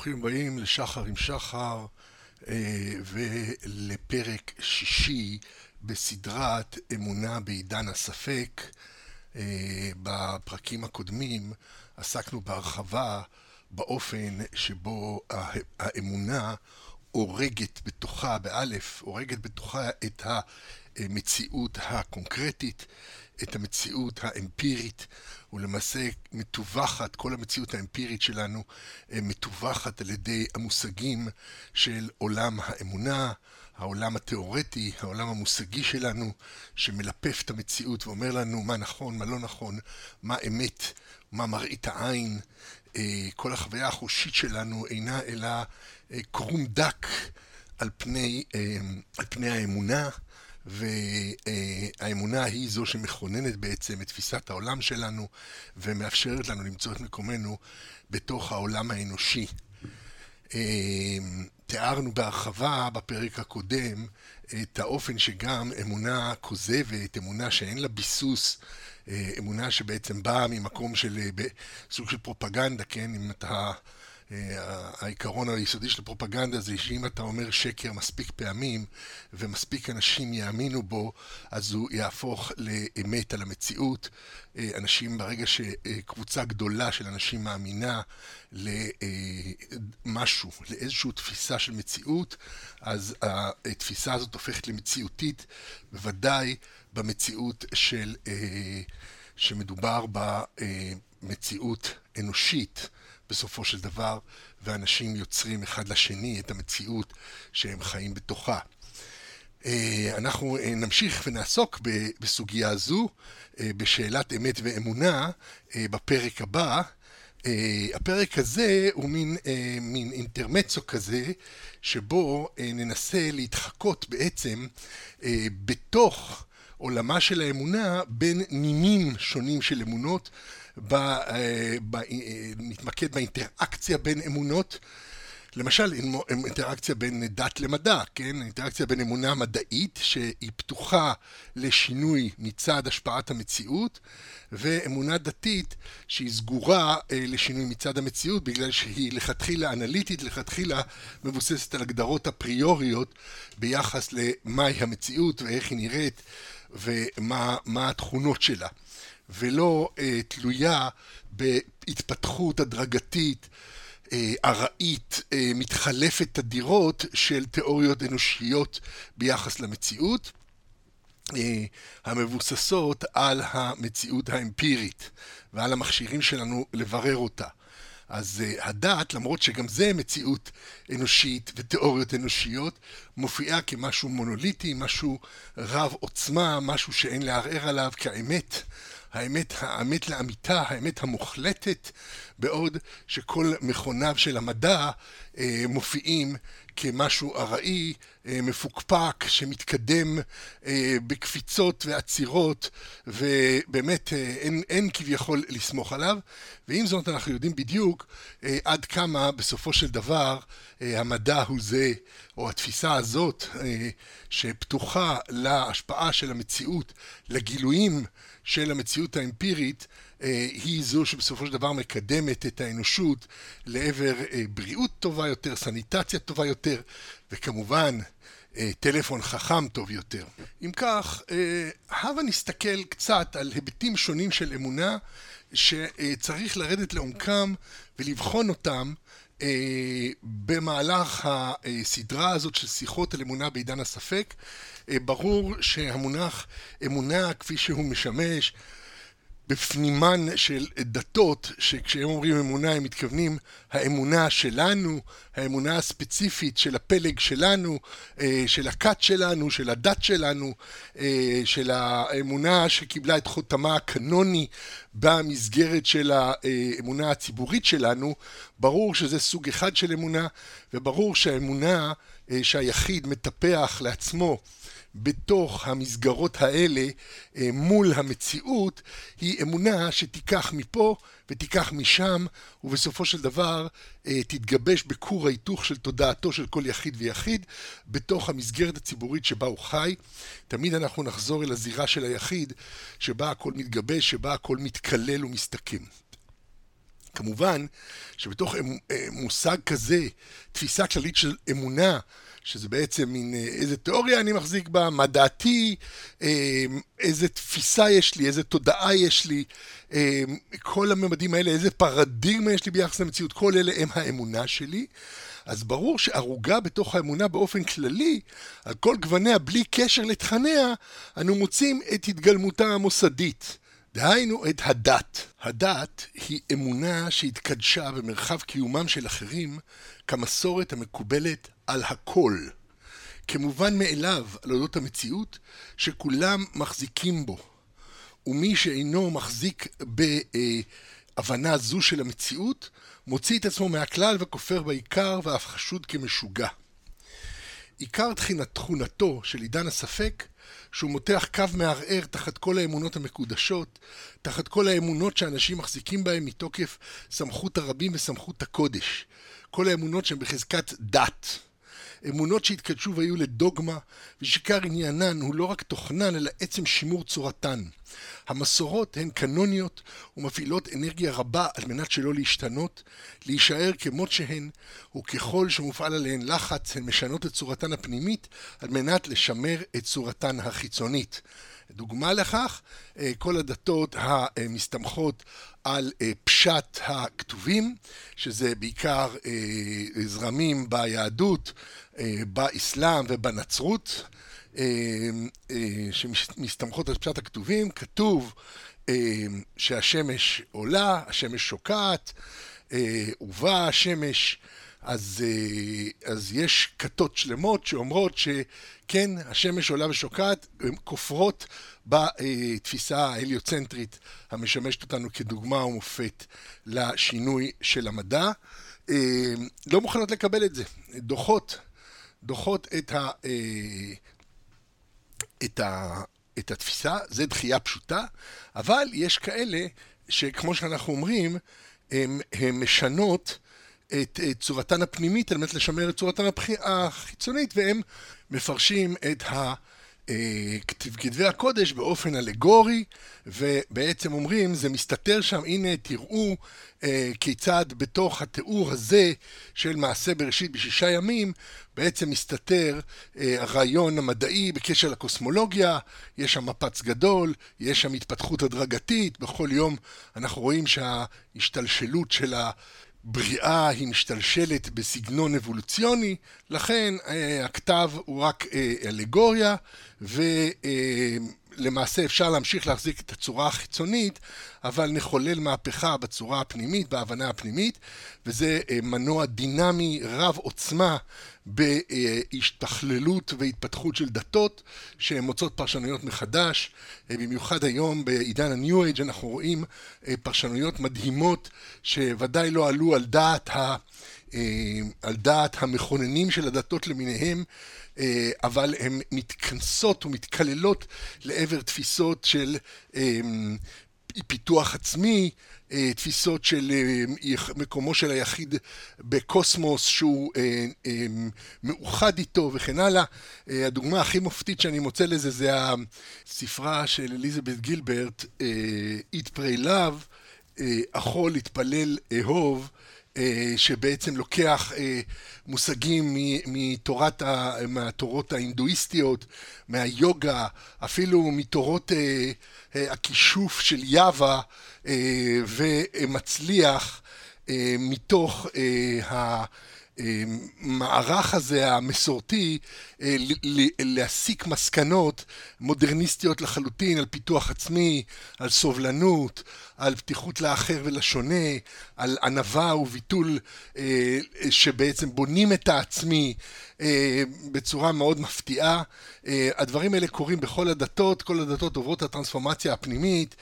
ברוכים הבאים לשחר עם שחר ולפרק שישי בסדרת אמונה בעידן הספק. בפרקים הקודמים עסקנו בהרחבה באופן שבו האמונה הורגת בתוכה, באלף, הורגת בתוכה את המציאות הקונקרטית, את המציאות האמפירית, ולמעשה מטווחת, כל המציאות האמפירית שלנו מטווחת על ידי המושגים של עולם האמונה, העולם התיאורטי, העולם המושגי שלנו, שמלפף את המציאות ואומר לנו מה נכון, מה לא נכון, מה אמת, מה מראית העין. כל החוויה החושית שלנו אינה אלא קרום דק על פני האמונה, והאמונה היא זו שמכוננת בעצם את תפיסת העולם שלנו ומאפשרת לנו למצוא את מקומנו בתוך העולם האנושי. תיארנו בהרחבה בפרק הקודם את האופן שגם אמונה כוזבת, אמונה שאין לה ביסוס, אמונה שבעצם באה ממקום של סוג של פרופגנדה, כן? אם אתה העיקרון היסודי של פרופגנדה זה שאם אתה אומר שקר מספיק פעמים ומספיק אנשים יאמינו בו, אז הוא יהפוך לאמת על המציאות. אנשים, ברגע שקבוצה גדולה של אנשים מאמינה למשהו, לאיזושהי תפיסה של מציאות, אז התפיסה הזאת הופכת למציאותית, בוודאי במציאות שמדובר במציאות אנושית בסופו של דבר, ואנשים יוצרים אחד לשני את המציאות שהם חיים בתוכה. אנחנו נמשיך ונעסוק בסוגיה הזו, בשאלת אמת ואמונה, בפרק הבא. הפרק הזה הוא מין אינטרמצו כזה, שבו ננסה להתחקות בעצם בתוך עולמה של האמונה בין נימים שונים של אמונות, נתמקד באינטראקציה בין אמונות, למשל אינטראקציה בין דת למדע, כן? אינטראקציה בין אמונה מדעית שהיא פתוחה לשינוי מצד השפעת המציאות, ואמונה דתית שהיא סגורה לשינוי מצד המציאות, בגלל שהיא לכתחילה אנליטית, לכתחילה מבוססת על הגדרות אפריוריות ביחס למהי המציאות ואיך היא נראית ומה התכונות שלה, ולא תלויה בהתפתחות הדרגתית, ארעית, מתחלפת תדירות של תיאוריות אנושיות ביחס למציאות, המבוססות על המציאות האמפירית ועל המכשירים שלנו לברר אותה. אז הדת, למרות שגם זה מציאות אנושית ותיאוריות אנושיות, מופיעה כמשהו מונוליטי, משהו רב עוצמה, משהו שאין לערער עליו כאמת, האמת לאמיתה, האמת המוחלטת, בעוד שכל מכוניו של המדע מופיעים כמשהו ארעי, מפוקפק, שמתקדם בקפיצות ועצירות, ובאמת אין כביכול לסמוך עליו. ועם זאת אנחנו יודעים בדיוק עד כמה בסופו של דבר המדע הוא זה, או התפיסה הזאת שפתוחה להשפעה של המציאות, לגילויים של המציאות האמפירית, היא זו שבסופו של דבר מקדמת את האנושות לעבר בריאות טובה יותר, סניטציה טובה יותר, וכמובן טלפון חכם טוב יותר. אם כך, הבה נסתכל קצת על היבטים שונים של אמונה שצריך לרדת לעומקם ולבחון אותם במהלך הסדרה הזאת של שיחות על אמונה בעידן הספק. ברור שהמונח אמונה כפי שהוא משמש בפנימן של דתות, שכשהם אומרים אמונה הם מתכוונים האמונה שלנו, האמונה הספציפית של הפלג שלנו, של הכת שלנו, של הדת שלנו, של האמונה שקיבלה את חותמה הקנוני במסגרת של האמונה הציבורית שלנו. ברור שזה סוג אחד של אמונה, וברור שהאמונה שהיחיד מטפח לעצמו בתוך המסגרות האלה מול המציאות היא אמונה שתיקח מפה ותיקח משם, ובסופו של דבר תתגבש בכור ההיתוך של תודעתו של כל יחיד ויחיד בתוך המסגרת הציבורית שבה הוא חי. תמיד אנחנו נחזור אל הזירה של היחיד שבה הכל מתגבש, שבה הכל מתקלל ומסתכם. כמובן שבתוך מושג כזה, תפיסה כללית של אמונה, שזה בעצם מין איזה תיאוריה אני מחזיק בה, מה דעתי, איזה תפיסה יש לי, איזה תודעה יש לי, כל הממדים האלה, איזה פרדיגמה יש לי ביחס למציאות, כל אלה הם האמונה שלי. אז ברור שערוגה בתוך האמונה באופן כללי, על כל גווניה בלי קשר לתכניה, אנו מוצאים את התגלמותה המוסדית. דהיינו את הדת. הדת היא אמונה שהתקדשה במרחב קיומם של אחרים כמסורת המקובלת על הכל. כמובן מאליו על אודות המציאות שכולם מחזיקים בו. ומי שאינו מחזיק בהבנה זו של המציאות, מוציא את עצמו מהכלל וכופר בעיקר ואף חשוד כמשוגע. עיקר תכונתו של עידן הספק, שהוא מותח קו מערער תחת כל האמונות המקודשות, תחת כל האמונות שאנשים מחזיקים בהם מתוקף סמכות הרבים וסמכות הקודש. כל האמונות שהן בחזקת דת. אמונות שהתקדשו והיו לדוגמה, ושעיקר עניינן הוא לא רק תוכנן, אלא עצם שימור צורתן. המסורות הן קנוניות ומפעילות אנרגיה רבה על מנת שלא להשתנות, להישאר כמות שהן, וככל שמופעל עליהן לחץ הן משנות את צורתן הפנימית על מנת לשמר את צורתן החיצונית. דוגמה לכך, כל הדתות המסתמכות על פשט הכתובים, שזה בעיקר זרמים ביהדות, באסלאם ובנצרות, שמסתמכות על פשט הכתובים, כתוב שהשמש עולה, השמש שוקעת, ובאה השמש, אז יש כתות שלמות שאומרות שכן, השמש עולה ושוקעת, הן כופרות בתפיסה ההליוצנטרית המשמשת אותנו כדוגמה ומופת לשינוי של המדע. לא מוכנות לקבל את זה, דוחות את התפיסה, זה דחייה פשוטה, אבל יש כאלה שכמו שאנחנו אומרים, הן משנות את צורתן הפנימית על מנת לשמר את צורתן החיצונית, והם מפרשים את כתבי הקודש באופן אלגורי, ובעצם אומרים, זה מסתתר שם, הנה תראו כיצד בתוך התיאור הזה של מעשה בראשית ב6 ימים, בעצם מסתתר הרעיון המדעי בקשר לקוסמולוגיה, יש שם מפץ גדול, יש שם התפתחות הדרגתית, בכל יום אנחנו רואים שההשתלשלות של בריאה היא משתלשלת בסגנון אבולוציוני, לכן הכתב הוא רק אלגוריה, ולמעשה אפשר להמשיך להחזיק את הצורה החיצונית, אבל נחולל מהפכה בצורה הפנימית, בהבנה הפנימית, וזה מנוע דינמי רב עוצמה בהשתכללות והתפתחות של דתות, שהן מוצאות פרשנויות מחדש. במיוחד היום בעידן הניו אייג' אנחנו רואים פרשנויות מדהימות שוודאי לא עלו על דעת המכוננים של הדתות למיניהם, אבל הן מתכנסות ומתכללות לעבר תפיסות של פיתוח עצמי, תפיסות של מקומו של היחיד בקוסמוס שהוא מאוחד איתו וכן הלאה. הדוגמה הכי מופתית שאני מוצא לזה זה הספרה של אליזבת גילברט, Eat Pray Love, אכול להתפלל אהוב, שבעצם לוקח מושגים מהתורות ההינדואיסטיות, מהיוגה, אפילו מתורות הכישוף של יאווה, ומצליח מתוך המערך הזה המסורתי להסיק מסקנות מודרניסטיות לחלוטין על פיתוח עצמי, על סובלנות, על פתיחות לאחר ולשונה, על ענווה וביטול שבעצם בונים את העצמי בצורה מאוד מפתיעה. הדברים האלה קורים בכל הדתות, כל הדתות עוברות את הטרנספורמציה הפנימית.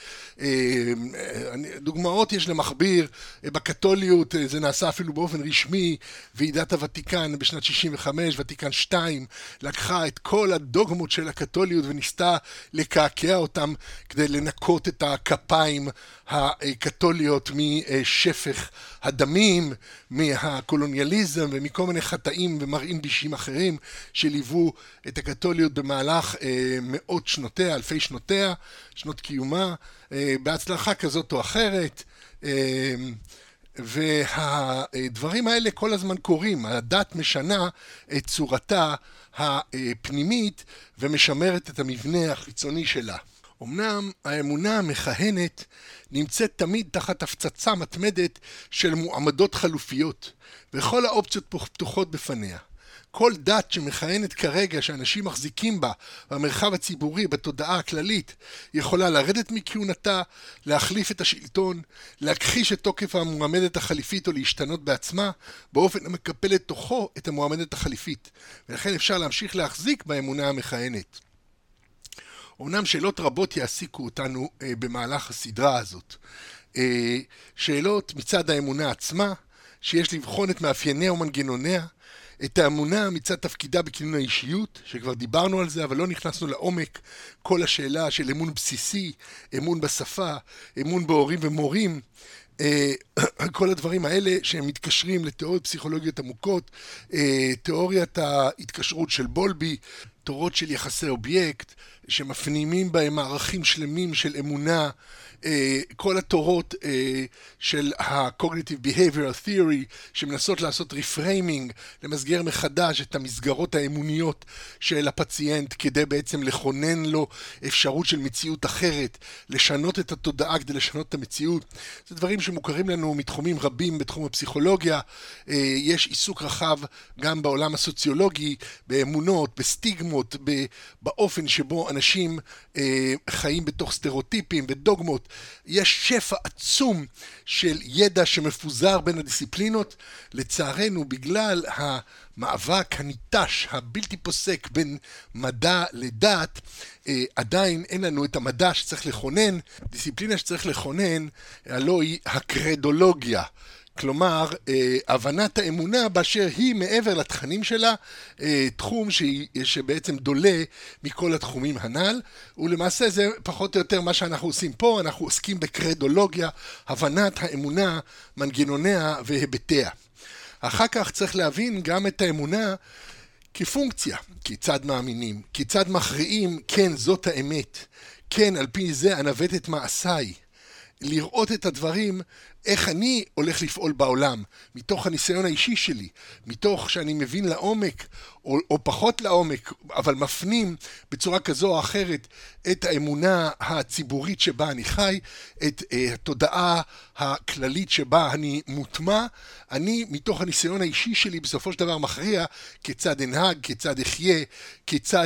דוגמאות יש למכביר, בקתוליות זה נעשה אפילו באופן רשמי, ועידת הוותיקן בשנת 65, ותיקן 2, לקחה את כל הדוגמות של הקתוליות וניסתה לקעקע אותם כדי לנקות את הכפיים הקתוליות משפך הדמים, מהקולוניאליזם ומכל מיני חטאים ומראים בישים אחרים שליוו את הקתוליות במהלך מאות שנותיה, אלפי שנותיה, שנות קיומה, בהצלחה כזאת או אחרת. והדברים האלה כל הזמן קורים. הדת משנה את צורתה הפנימית ומשמרת את המבנה החיצוני שלה. אמנם האמונה המכהנת נמצאת תמיד תחת הפצצה מתמדת של מועמדות חלופיות, וכל האופציות פתוחות בפניה. כל דת שמכהנת כרגע שאנשים מחזיקים בה במרחב הציבורי, בתודעה הכללית, יכולה לרדת מכהונתה, להחליף את השלטון, להכחיש את תוקף המועמדת החליפית או להשתנות בעצמה, באופן המקפל לתוכו את המועמדת החליפית. ולכן אפשר להמשיך להחזיק באמונה המכהנת. אמנם שאלות רבות יעסיקו אותנו במהלך הסדרה הזאת. שאלות מצד האמונה עצמה, שיש לבחון את מאפייניה ומנגנוניה, את האמונה מצד תפקידה בכינון האישיות, שכבר דיברנו על זה, אבל לא נכנסנו לעומק. כל השאלה של אמון בסיסי, אמון בשפה, אמון בהורים ומורים, כל הדברים האלה שהם מתקשרים לתיאוריות פסיכולוגיות עמוקות, תיאוריית ההתקשרות של בולבי, תורות של יחסי אובייקט, שמפנימים בהם מערכים שלמים של אמונה, כל התורות של ה-Cognitive Behavioral Theory, שמנסות לעשות reframing, למסגר מחדש את המסגרות האמוניות של הפציינט, כדי בעצם לכונן לו אפשרות של מציאות אחרת, לשנות את התודעה כדי לשנות את המציאות. זה דברים שמוכרים לנו מתחומים רבים בתחום הפסיכולוגיה. יש עיסוק רחב גם בעולם הסוציולוגי, באמונות, בסטיגמות, באופן שבו אנשים חיים בתוך סטריאוטיפים ודוגמות. יש שפע עצום של ידע שמפוזר בין הדיסציפלינות. לצערנו, בגלל המאבק הניטש, הבלתי פוסק בין מדע לדת, עדיין אין לנו את המדע שצריך לכונן. דיסציפלינה שצריך לכונן, הלא היא הקרדולוגיה. כלומר, הבנת האמונה באשר היא מעבר לתכנים שלה, תחום שבעצם דולה מכל התחומים הנ"ל, ולמעשה זה פחות או יותר מה שאנחנו עושים פה. אנחנו עוסקים בקרדולוגיה, הבנת האמונה, מנגנוניה והיבטיה. אחר כך צריך להבין גם את האמונה כפונקציה, כיצד מאמינים, כיצד מכריעים, כן, זאת האמת, כן, על פי זה אנווט את מעשיי. לראות את הדברים, איך אני הולך לפעול בעולם, מתוך הניסיון האישי שלי, מתוך שאני מבין לעומק, או פחות לעומק, אבל מפנים בצורה כזו או אחרת את האמונה הציבורית שבה אני חי, את התודעה הכללית שבה אני מוטמע. אני מתוך הניסיון האישי שלי בסופו של דבר מכריע כיצד אנהג, כיצד אחיה, כיצד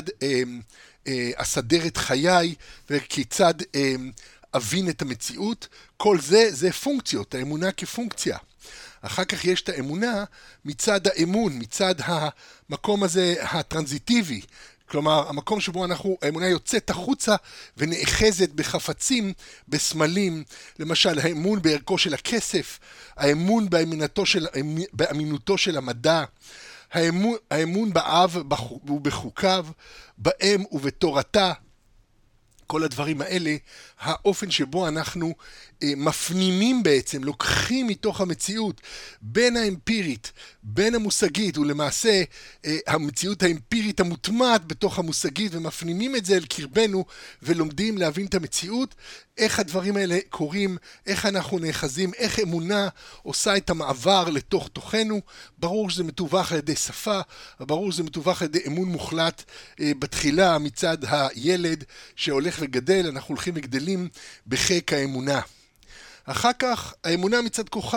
אסדר את חיי, וכיצד אבין את המציאות. כל זה פונקציות, האמונה כפונקציה. אחר כך יש את האמונה מצד האמון, מצד המקום הזה הטרנזיטיבי. כלומר, המקום שבו האמונה יוצאת החוצה ונאחזת בחפצים, בסמלים. למשל, האמון בערכו של הכסף, האמון באמינותו של המדע, האמון באב ובחוקיו, באם ובתורתה. כל הדברים האלה, האופן שבו אנחנו מפנימים בעצם, לוקחים מתוך המציאות בין האמפירית, בין המושגית, ולמעשה המציאות האמפירית המוטמעת בתוך המושגית, ומפנימים את זה אל קרבנו, ולומדים להבין את המציאות, איך הדברים האלה קורים, איך אנחנו נאחזים, איך אמונה עושה את המעבר לתוך תוכנו. ברור שזה מתווך על ידי שפה, ברור שזה מתווך על ידי אמון מוחלט בתחילה מצד הילד שהולך וגדל. אנחנו הולכים וגדלים בחיק האמונה. אחר כך האמונה מצד כוחה.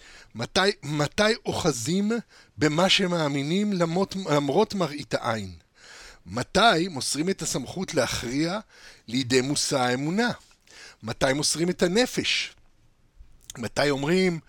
מתי אוחזים במה שמאמינים למרות מראית העין? מתי מוסרים את הסמכות להכריע לידי מושא האמונה? מתי מוסרים את הנפש? מתי אומרים,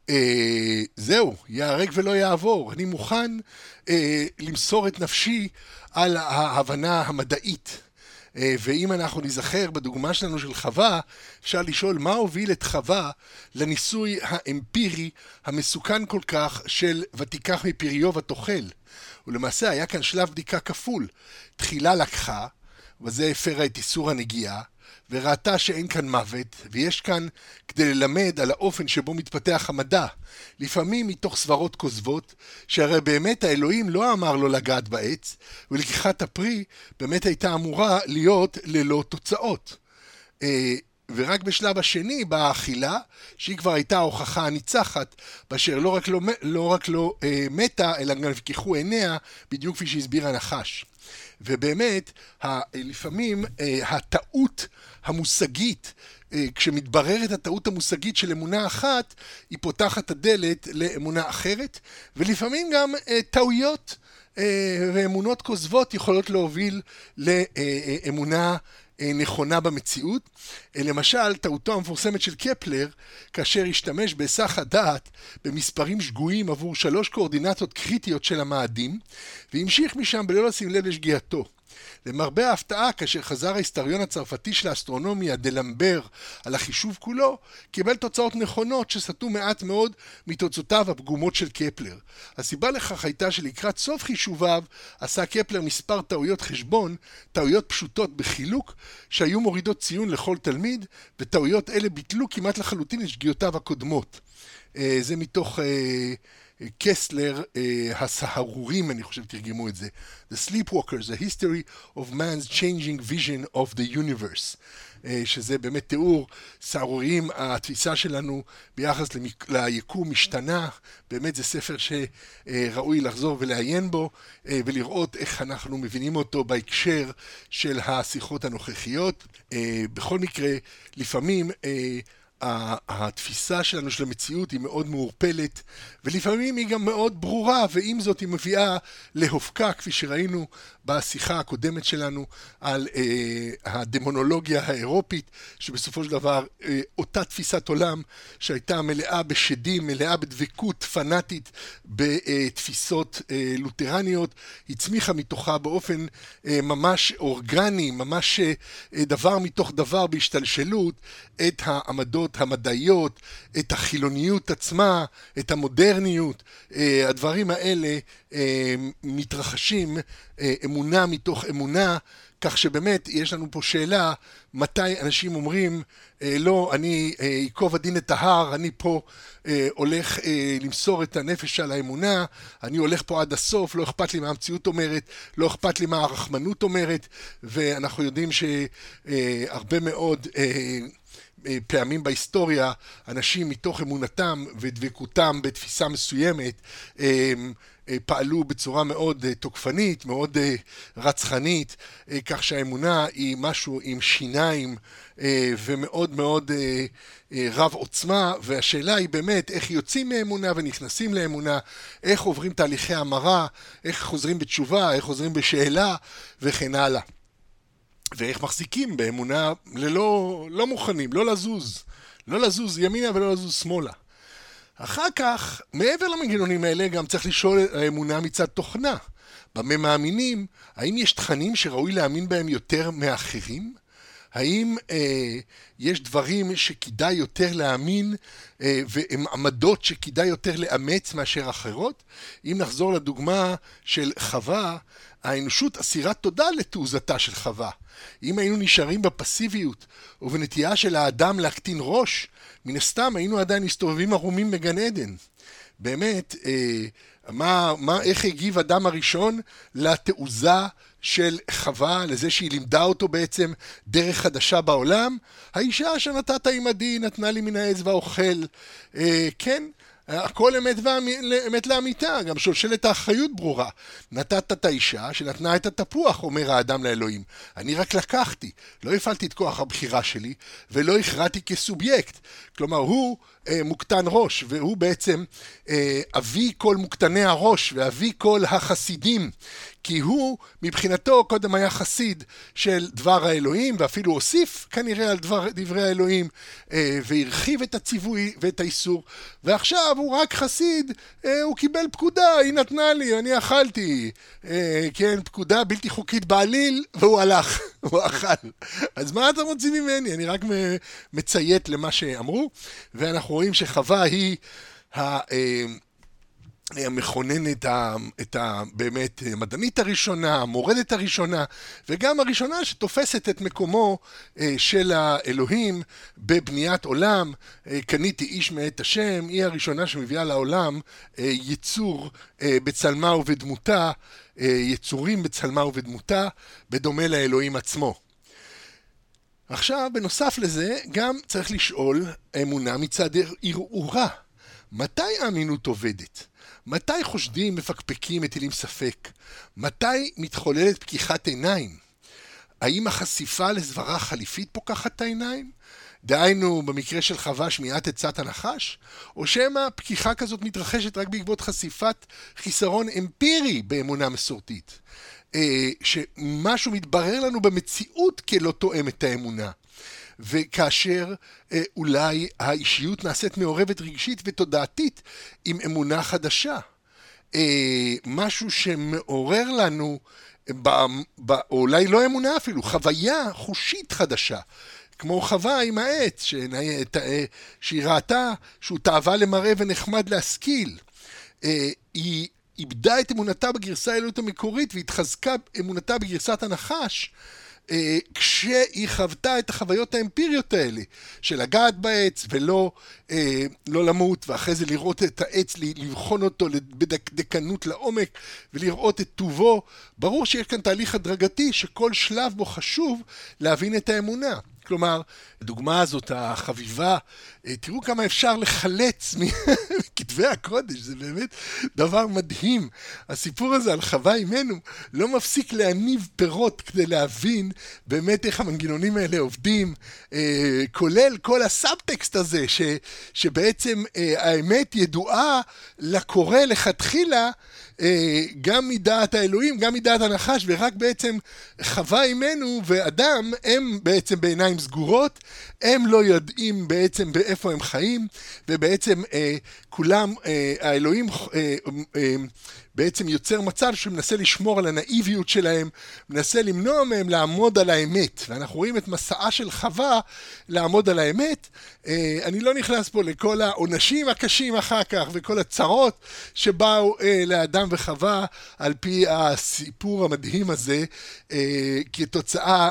זהו, יהרג ולא יעבור, אני מוכן למסור את נפשי על ההבנה המדעית. ואם אנחנו נזכר בדוגמה שלנו של חווה, אפשר לשאול מה הוביל את חווה לניסוי האמפירי המסוכן כל כך של ותיקח מפריו ותאכל. ולמעשה היה כאן שלב בדיקה כפול. תחילה לקחה, וזה הפרה את איסור הנגיעה, וראתה שאין כאן מוות, ויש כאן כדי ללמד על האופן שבו מתפתח המדע. לפעמים מתוך סברות כוזבות, שהרי באמת האלוהים לא אמר לו לגעת בעץ, ולקיחת הפרי באמת הייתה אמורה להיות ללא תוצאות. ורק בשלב השני באה האכילה, שהיא כבר הייתה ההוכחה הניצחת, באשר לא רק לא מתה, אלא גם נפקחו עיניה, בדיוק כפי שהסביר הנחש. ובאמת, לפעמים הטעות המושגית, כשמתבררת הטעות המושגית של אמונה אחת, היא פותחת הדלת לאמונה אחרת, ולפעמים גם טעויות ואמונות כוזבות יכולות להוביל לאמונה נכונה במציאות. למשל, טעותו המפורסמת של קפלר, כאשר השתמש בהיסח הדעת במספרים שגויים עבור 3 קואורדינטות קריטיות של המאדים, והמשיך משם בלא לשים לב לשגיאתו. למרבה ההפתעה, כאשר חזר ההיסטוריון הצרפתי של האסטרונומיה דלמבר על החישוב כולו, קיבל תוצאות נכונות שסטו מעט מאוד מתוצאותיו הפגומות של קפלר. הסיבה לכך הייתה שלקראת סוף חישוביו עשה קפלר מספר טעויות חשבון, טעויות פשוטות בחילוק, שהיו מורידות ציון לכל תלמיד, וטעויות אלה ביטלו כמעט לחלוטין את שגיאותיו הקודמות. זה מתוך קסלר, הסהרורים, אני חושב תרגמו את זה. The Sleepwalkers, a history of man's changing vision of the universe. שזה באמת תיאור סהרורים, התפיסה שלנו ביחס ליקום משתנה. באמת זה ספר שראוי לחזור ולעיין בו, ולראות איך אנחנו מבינים אותו בהקשר של השיחות הנוכחיות. בכל מקרה, לפעמים התפיסה שלנו של המציאות היא מאוד מעורפלת, ולפעמים היא גם מאוד ברורה, ועם זאת היא מביאה להופקה, כפי שראינו בשיחה הקודמת שלנו על הדמונולוגיה האירופית, שבסופו של דבר אותה תפיסת עולם שהייתה מלאה בשדים, מלאה בדבקות פנאטית בתפיסות לותרניות, הצמיחה מתוכה באופן ממש אורגני, ממש דבר מתוך דבר בהשתלשלות, את העמדות המדעיות, את החילוניות עצמה, את המודרניות. הדברים האלה מתרחשים אמונה מתוך אמונה, כך שבאמת יש לנו פה שאלה, מתי אנשים אומרים, לא, אני ייקוב הדין את ההר, אני פה הולך למסור את הנפש על האמונה, אני הולך פה עד הסוף, לא אכפת לי מה המציאות אומרת, לא אכפת לי מה הרחמנות אומרת, ואנחנו יודעים שהרבה מאוד פעמים בהיסטוריה, אנשים מתוך אמונתם ודבקותם בתפיסה מסוימת, פעלו בצורה מאוד תוקפנית, מאוד רצחנית, כך שהאמונה היא משהו עם שיניים ומאוד מאוד רב עוצמה, והשאלה היא באמת איך יוצאים מאמונה ונכנסים לאמונה, איך עוברים תהליכי המרה, איך חוזרים בתשובה, איך חוזרים בשאלה וכן הלאה. ואיך מחזיקים באמונה לא מוכנים, לא לזוז ימינה ולא לזוז שמאלה. אחר כך, מעבר למנגנונים האלה, גם צריך לשאול האמונה מצד תוכנה. במה מאמינים? האם יש תכנים שראוי להאמין בהם יותר מאחרים? האם יש דברים שכדאי יותר להאמין והם עמדות שכדאי יותר לאמץ מאשר אחרות? אם נחזור לדוגמה של חווה, האנושות אסירת תודה לתעוזתה של חווה. אם היינו נשארים בפסיביות ובנטייה של האדם להקטין ראש, מן הסתם היינו עדיין מסתובבים ערומים בגן עדן. באמת, איך הגיב אדם הראשון לתעוזה של חווה, לזה שהיא לימדה אותו בעצם דרך חדשה בעולם? האישה שנתת עמדי נתנה לי מן העץ ואוכל. כן, הכל אמת לאמיתה, גם שושלת האחריות ברורה. נתת את האישה שנתנה את התפוח, אומר האדם לאלוהים. אני רק לקחתי, לא הפעלתי את כוח הבחירה שלי, ולא הכרעתי כסובייקט. כלומר, הוא מוקטן ראש, והוא בעצם אבי כל מוקטני הראש, ואבי כל החסידים. כי הוא, מבחינתו, קודם היה חסיד של דבר האלוהים, ואפילו הוסיף כנראה על דברי האלוהים, והרחיב את הציווי ואת האיסור. ועכשיו הוא רק חסיד, הוא קיבל פקודה, היא נתנה לי, אני אכלתי. כן, פקודה בלתי חוקית בעליל, והוא הלך, הוא אכל. אז מה אתה מוציא ממני? אני רק מציית למה שאמרו, ואנחנו רואים שחווה היא המכוננת, באמת המדענית הראשונה, המורדת הראשונה, וגם הראשונה שתופסת את מקומו של האלוהים בבניית עולם. קניתי איש מאת השם, היא הראשונה שמביאה לעולם יצור בצלמה ובדמותה, יצורים בצלמה ובדמותה, בדומה לאלוהים עצמו. עכשיו, בנוסף לזה, גם צריך לשאול אמונה מצד ערעורה. מתי האמינות עובדת? מתי חושדים, מפקפקים, מטילים ספק? מתי מתחוללת פקיחת עיניים? האם החשיפה לסברה חליפית פוקחת את העיניים? דהיינו, במקרה של חווה שמיעת עצת הנחש? או שמא פקיחה כזאת מתרחשת רק בעקבות חשיפת חיסרון אמפירי באמונה מסורתית? שמשהו מתברר לנו במציאות כלא תואם את האמונה. וכאשר אולי האישיות נעשית מעורבת רגשית ותודעתית עם אמונה חדשה. משהו שמעורר לנו, אולי לא אמונה אפילו, חוויה חושית חדשה. כמו חווה עם העץ, שהיא ראתה שהוא תאווה למראה ונחמד להשכיל. היא איבדה את אמונתה בגרסה האלוהית המקורית והתחזקה אמונתה בגרסת הנחש, כשהיא חוותה את החוויות האמפיריות האלה, של לגעת בעץ ולא לא למות, ואחרי זה לראות את העץ, לבחון אותו בדקדקנות לעומק, ולראות את טובו. ברור שיש כאן תהליך הדרגתי, שכל שלב בו חשוב להבין את האמונה. כלומר, הדוגמה הזאת, החביבה, תראו כמה אפשר לחלץ מכתבי הקודש, זה באמת דבר מדהים. הסיפור הזה על חווה אימנו לא מפסיק להניב פירות כדי להבין באמת איך המנגנונים האלה עובדים, כולל כל הסאבטקסט הזה, שבעצם האמת ידועה לקורא לכתחילה, גם מדעת האלוהים, גם מדעת הנחש, ורק בעצם חווה אימנו ואדם הם בעצם בעיניים סגורות, הם לא יודעים בעצם באיפה הם חיים, ובעצם כולם, האלוהים בעצם יוצר מצב שמנסה לשמור על הנאיביות שלהם, מנסה למנוע מהם לעמוד על האמת, ואנחנו רואים את מסעה של חווה לעמוד על האמת. אני לא נכנס פה לכל העונשים הקשים אחר כך, וכל הצרות שבאו לאדם וחווה, על פי הסיפור המדהים הזה, כתוצאה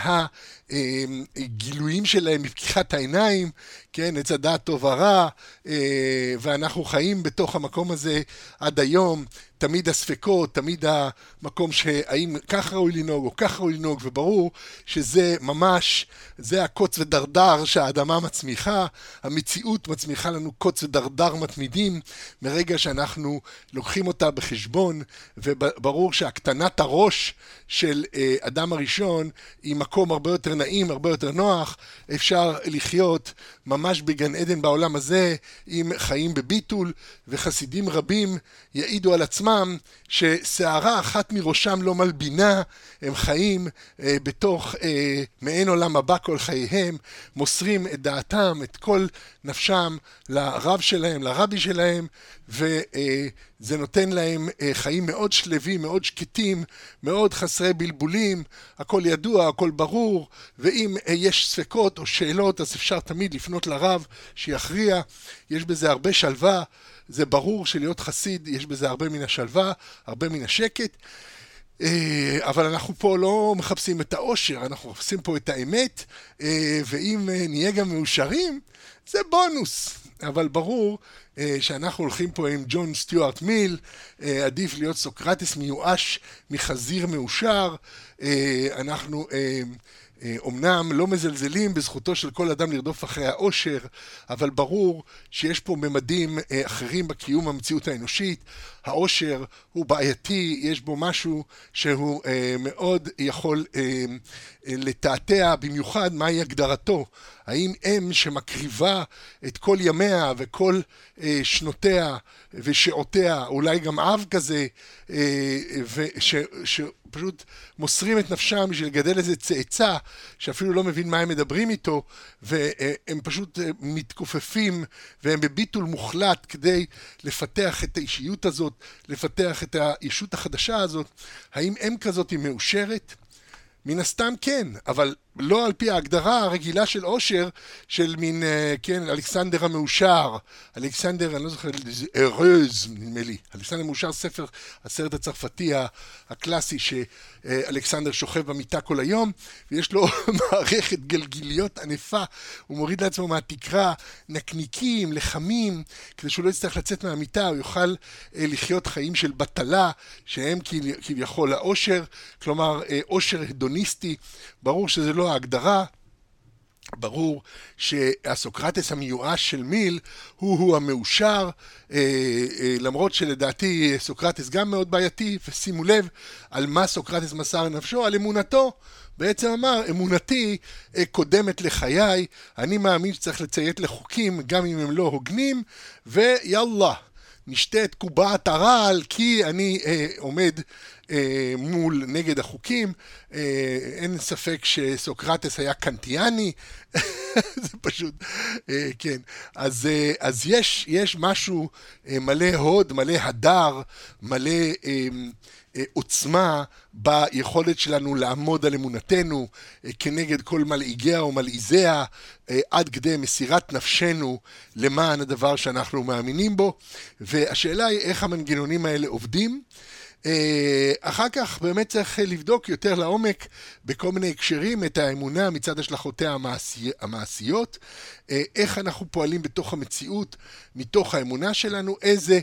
מהגילויים שלהם, מפקיחת העיניים, כן, עץ הדעת טוב ורע, ואנחנו חיים בתוך המקום הזה עד היום, תמיד הספקות, תמיד המקום שהאם כך ראוי לנהוג או כך ראוי לנהוג, וברור שזה ממש, זה הקוץ ודרדר שהאדמה מצמיחה, המציאות מצמיחה לנו קוץ ודרדר מתמידים, מרגע שאנחנו לוקחים אותה בחשבון, וברור שהקטנת הראש של אדם הראשון היא מקום הרבה יותר נעים, הרבה יותר נוח, אפשר לחיות ממש בגן עדן בעולם הזה, עם חיים בביטול, וחסידים רבים יעידו על עצמם ששערה אחת מראשם לא מלבינה, הם חיים בתוך מעין עולם הבא כל חייהם, מוסרים את דעתם, את כל נפשם לרב שלהם, לרבי שלהם, וזה נותן להם חיים מאוד שלווים, מאוד שקטים, מאוד חסרי בלבולים, הכל ידוע, הכל ברור, ואם יש ספקות או שאלות, אז אפשר תמיד לפנות לרב שיכריע, יש בזה הרבה שלווה, זה ברור שלהיות חסיד, יש בזה הרבה מן השלווה, הרבה מן השקט, אבל אנחנו פה לא מחפשים את האושר, אנחנו מחפשים פה את האמת, ואם נהיה גם מאושרים, זה בונוס. אבל ברור שאנחנו הולכים פה עם ג'ון סטיוארט מיל, עדיף להיות סוקרטס מיואש מחזיר מאושר, אנחנו אומנם לא מזלזלים בזכותו של כל אדם לרדוף אחרי האושר, אבל ברור שיש פה ממדים אחרים בקיום המציאות האנושית. האושר הוא בעייתי, יש בו משהו שהוא מאוד יכול לתעתע, במיוחד מהי הגדרתו. האם אם שמקריבה את כל ימיה וכל שנותיה ושעותיה, אולי גם אב כזה, שפשוט מוסרים את נפשם בשביל לגדל איזה צאצא שאפילו לא מבין מה הם מדברים איתו, והם פשוט מתכופפים והם בביטול מוחלט כדי לפתח את האישיות הזאת, לפתח את הישות החדשה הזאת. האם אם כזאת היא מאושרת? מן הסתם כן, אבל לא על פי ההגדרה הרגילה של אושר, של מין, כן, אלכסנדר המאושר, אלכסנדר, אני לא זוכר, ארז, נדמה לי, אלכסנדר המאושר, ספר הסרט הצרפתי הקלאסי, שאלכסנדר שוכב במיטה כל היום, ויש לו מערכת גלגיליות ענפה, הוא מוריד לעצמו מהתקרה נקניקים, לחמים, כדי שהוא לא יצטרך לצאת מהמיטה, הוא יוכל לחיות חיים של בטלה, שהם כביכול האושר, כלומר, אושר הדוניסטי, ברור שזה לא ההגדרה, ברור שהסוקרטס המיואש של מיל הוא המאושר, למרות שלדעתי סוקרטס גם מאוד בעייתי, ושימו לב על מה סוקרטס מסר לנפשו, על אמונתו. בעצם אמר, אמונתי קודמת לחיי, אני מאמין שצריך לציית לחוקים גם אם הם לא הוגנים, ויאללה, נשתה את קובעת הרעל כי אני עומד מול נגד החוקים. אין ספק שסוקרטס היה קנטיאני, זה פשוט, כן. אז יש משהו מלא הוד, מלא הדר, מלא עוצמה ביכולת שלנו לעמוד על אמונתנו כנגד כל מלעיגיה או מלעיזיה, עד כדי מסירת נפשנו למען הדבר שאנחנו מאמינים בו. והשאלה היא איך המנגנונים האלה עובדים. אחר כך באמת צריך לבדוק יותר לעומק בכל מיני הקשרים את האמונה מצד השלכותיה המעשיות, איך אנחנו פועלים בתוך המציאות מתוך האמונה שלנו,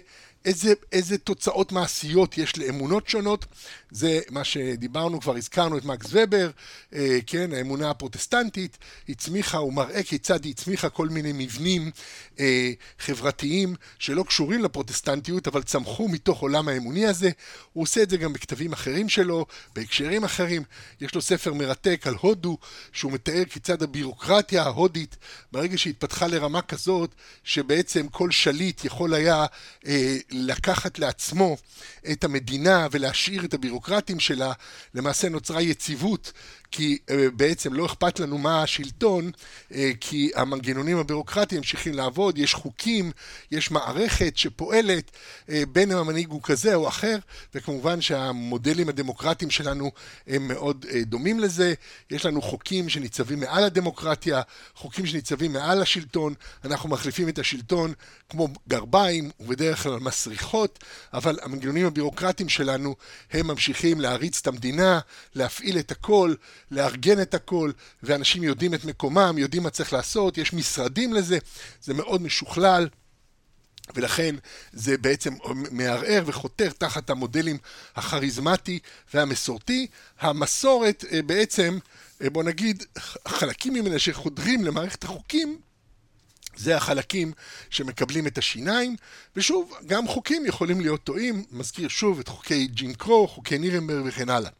איזה תוצאות מעשיות יש לאמונות שונות. זה מה שדיברנו, כבר הזכרנו את מקס ובר, כן, האמונה הפרוטסטנטית הצמיחה, הוא מראה כיצד היא הצמיחה כל מיני מבנים חברתיים שלא קשורים לפרוטסטנטיות, אבל צמחו מתוך עולם האמוני הזה. הוא עושה את זה גם בכתבים אחרים שלו, בהקשרים אחרים. יש לו ספר מרתק על הודו, שהוא מתאר כיצד הבירוקרטיה ההודית, ברגע שהתפתחה לרמה כזאת, שבעצם כל שליט יכול היה לקחת לעצמו את המדינה ולהשאיר את הבירוקרטים שלה, למעשה נוצרה יציבות, כי בעצם לא אכפת לנו מה השלטון, כי המנגנונים הבירוקרטיים ממשיכים לעבוד, יש חוקים, יש מערכת שפועלת, בין המנהיג הוא כזה או אחר, וכמובן שהמודלים הדמוקרטיים שלנו הם מאוד דומים לזה. יש לנו חוקים שניצבים מעל הדמוקרטיה, חוקים שניצבים מעל השלטון, אנחנו מחליפים את השלטון כמו גרביים ובדרך כלל מסריחות, אבל המנגנונים הבירוקרטיים שלנו הם ממשיכים להריץ את המדינה, להפעיל את הכל, לארגן את הכל, ואנשים יודעים את מקומם, יודעים מה צריך לעשות, יש משרדים לזה, זה מאוד משוכלל, ולכן זה בעצם מערער וחותר תחת המודלים הכריזמטי והמסורתי. המסורת בעצם, בוא נגיד, חלקים ממנה שחודרים למערכת החוקים, זה החלקים שמקבלים את השיניים, ושוב, גם חוקים יכולים להיות טועים, מזכיר שוב את חוקי ג'ים קרו, חוקי נירנברג וכן הלאה.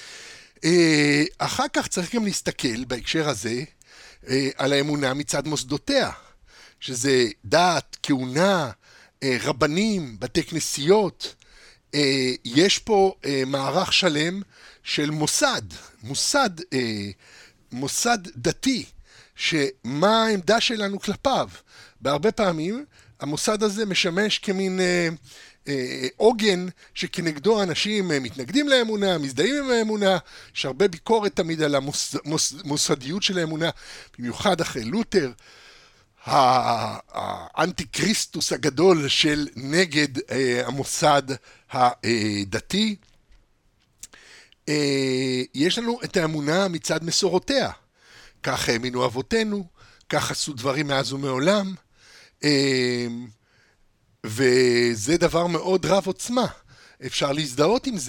אחר כך צריך גם להסתכל בהקשר הזה על האמונה מצד מוסדותיה, שזה דת, כהונה, רבנים, בתי כנסיות. יש פה מערך שלם של מוסד דתי, שמה העמדה שלנו כלפיו. בהרבה פעמים המוסד הזה משמש כמין עוגן שכנגדו אנשים מתנגדים לאמונה, מזדהים עם האמונה. יש הרבה ביקורת תמיד על המוסדיות של האמונה, במיוחד אחרי לותר, האנטי קריסטוס הגדול של נגד המוסד הדתי. יש לנו את האמונה מצד מסורותיה, כך האמינו אבותינו, כך עשו דברים מאז ומעולם, וזה דבר מאוד רב עוצמה, אפשר להזדהות עם זה.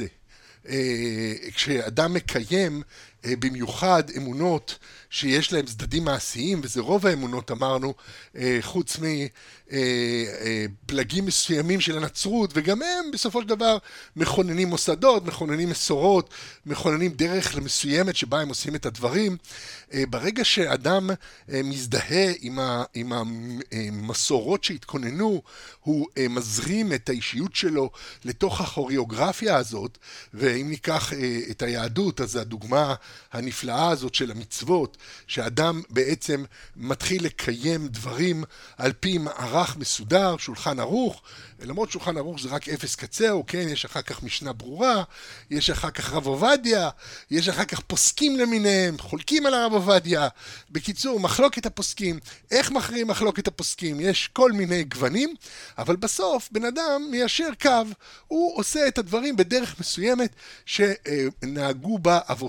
כשאדם מקיים במיוחד אמונות שיש להם צדדים מעשיים, וזה רוב האמונות אמרנו, חוץ מפלגים מסוימים של הנצרות, וגם הם בסופו של דבר מכוננים מוסדות, מכוננים מסורות, מכוננים דרך מסוימת שבה הם עושים את הדברים. ברגע שאדם מזדהה עם המסורות שהתכוננו, הוא מזרים את האישיות שלו לתוך הכוריאוגרפיה הזאת. ואם ניקח את היהדות, אז הדוגמה הנפלאה הזאת של המצוות, שאדם בעצם מתחיל לקיים דברים על פי מערך מסודר, שולחן ערוך, למרות שולחן ערוך זה רק אפס קצהו, כן, יש אחר כך משנה ברורה, יש אחר כך רב עובדיה, יש אחר כך פוסקים למיניהם, חולקים על הרב עובדיה. בקיצור, מחלוקת הפוסקים, איך מכריעים מחלוקת הפוסקים? יש כל מיני גוונים, אבל בסוף בן אדם מיישר קו, הוא עושה את הדברים בדרך מסוימת שנהגו בה אבותיו,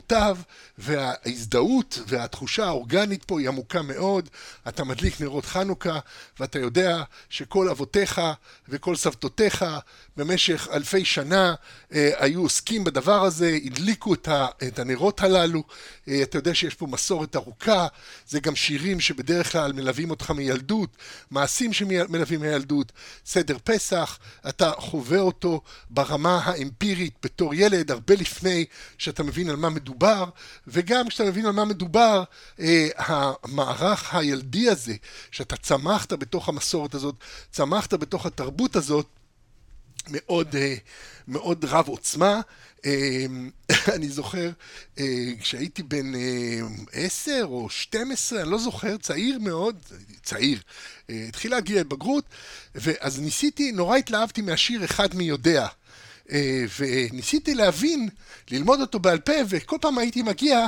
וההזדהות והתחושה האורגנית פה היא עמוקה מאוד. אתה מדליק נרות חנוכה, ואתה יודע שכל אבותיך וכל סבתותיך במשך אלפי שנה היו עוסקים בדבר הזה, הדליקו את הנרות הללו. אתה יודע שיש פה מסורת ארוכה, זה גם שירים שבדרך כלל מלווים אותך מילדות, מעשים שמלווים מילדות, סדר פסח, אתה חווה אותו ברמה האמפירית בתור ילד, הרבה לפני שאתה מבין על מה מדובר, וגם כשאתה מבין על מה מדובר, המערך הילדי הזה, שאתה צמחת בתוך המסורת הזאת, צמחת בתוך התרבות הזאת, מאוד, מאוד רב עוצמה. אני זוכר, כשהייתי בן 10 או 12, אני לא זוכר, צעיר מאוד, צעיר, התחיל להגיע לבגרות, ואז ניסיתי, נורא התלהבתי מהשיר אחד מי יודע, וניסיתי להבין, ללמוד אותו בעל פה, וכל פעם הייתי מגיע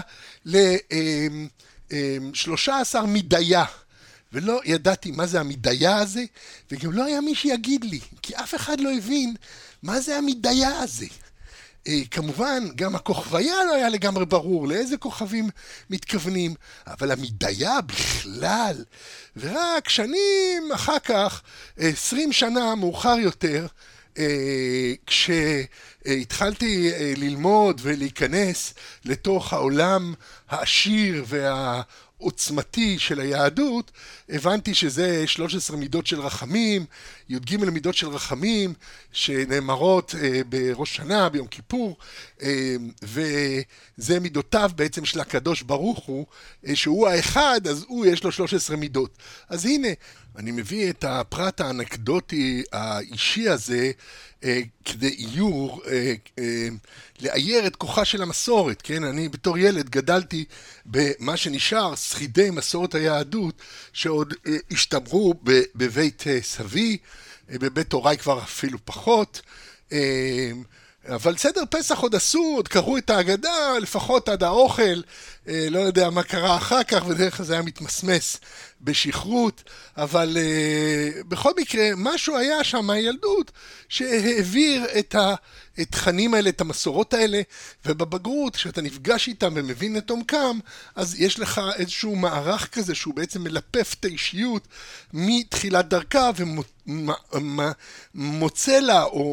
ל-13 מדיה, ולא ידעתי מה זה המדיה הזה, וגם לא היה מי שיגיד לי, כי אף אחד לא הבין מה זה המדיה הזה. כמובן, גם הכוכביה לא היה לגמרי ברור לאיזה כוכבים מתכוונים, אבל המדיה בכלל, ורק שנים אחר כך, 20 שנה מאוחר יותר, כשהתחלתי ללמוד ולהיכנס לתוך העולם העשיר עוצמתי של היהדות, הבנתי שזה 13 מידות של רחמים, י"ג מידות של רחמים, שנאמרות בראש שנה, ביום כיפור, וזה מידותיו בעצם של הקדוש ברוך הוא, שהוא האחד, אז הוא יש לו 13 מידות. אז הנה, אני מביא את הפרט האנקדוטי האישי הזה, כדי איור, לאייר את כוחה של המסורת, כן? אני בתור ילד גדלתי במה שנשאר שרידי מסורת היהדות, שעוד השתמרו בבית סבי, בבית הוריי כבר אפילו פחות, אבל סדר פסח עוד עשו, עוד קראו את ההגדה, לפחות עד האוכל, לא יודע מה קרה אחר כך, ודרך כלל זה היה מתמסמס בשכרות, אבל בכל מקרה, משהו היה שם מהילדות, שהעביר את התכנים האלה, את המסורות האלה, ובבגרות, כשאתה נפגש איתם ומבין את עומקם, אז יש לך איזשהו מערך כזה, שהוא בעצם מלפף את האישיות, מתחילת דרכה, ומוצא לה, או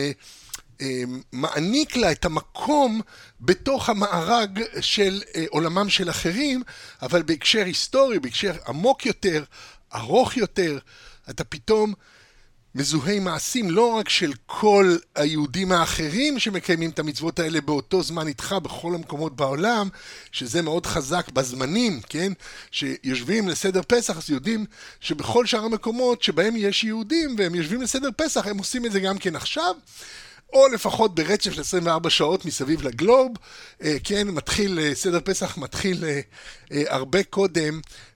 מעניק לה את המקום בתוך המארג של עולמם של אחרים, אבל בהקשר היסטורי, בהקשר עמוק יותר, ארוך יותר, אתה פתאום מזוהי מעשים לא רק של כל היהודים האחרים שמקיימים את המצוות האלה באותו זמן איתך בכל המקומות בעולם, שזה מאוד חזק בזמנים, כן? שיושבים לסדר פסח, אז יודעים שבכל שאר המקומות שבהם יש יהודים והם יושבים לסדר פסח, הם עושים את זה גם כן עכשיו, או לפחות ברצף של 24 שעות מסביב לגלוב, כן, סדר פסח מתחיל הרבה קודם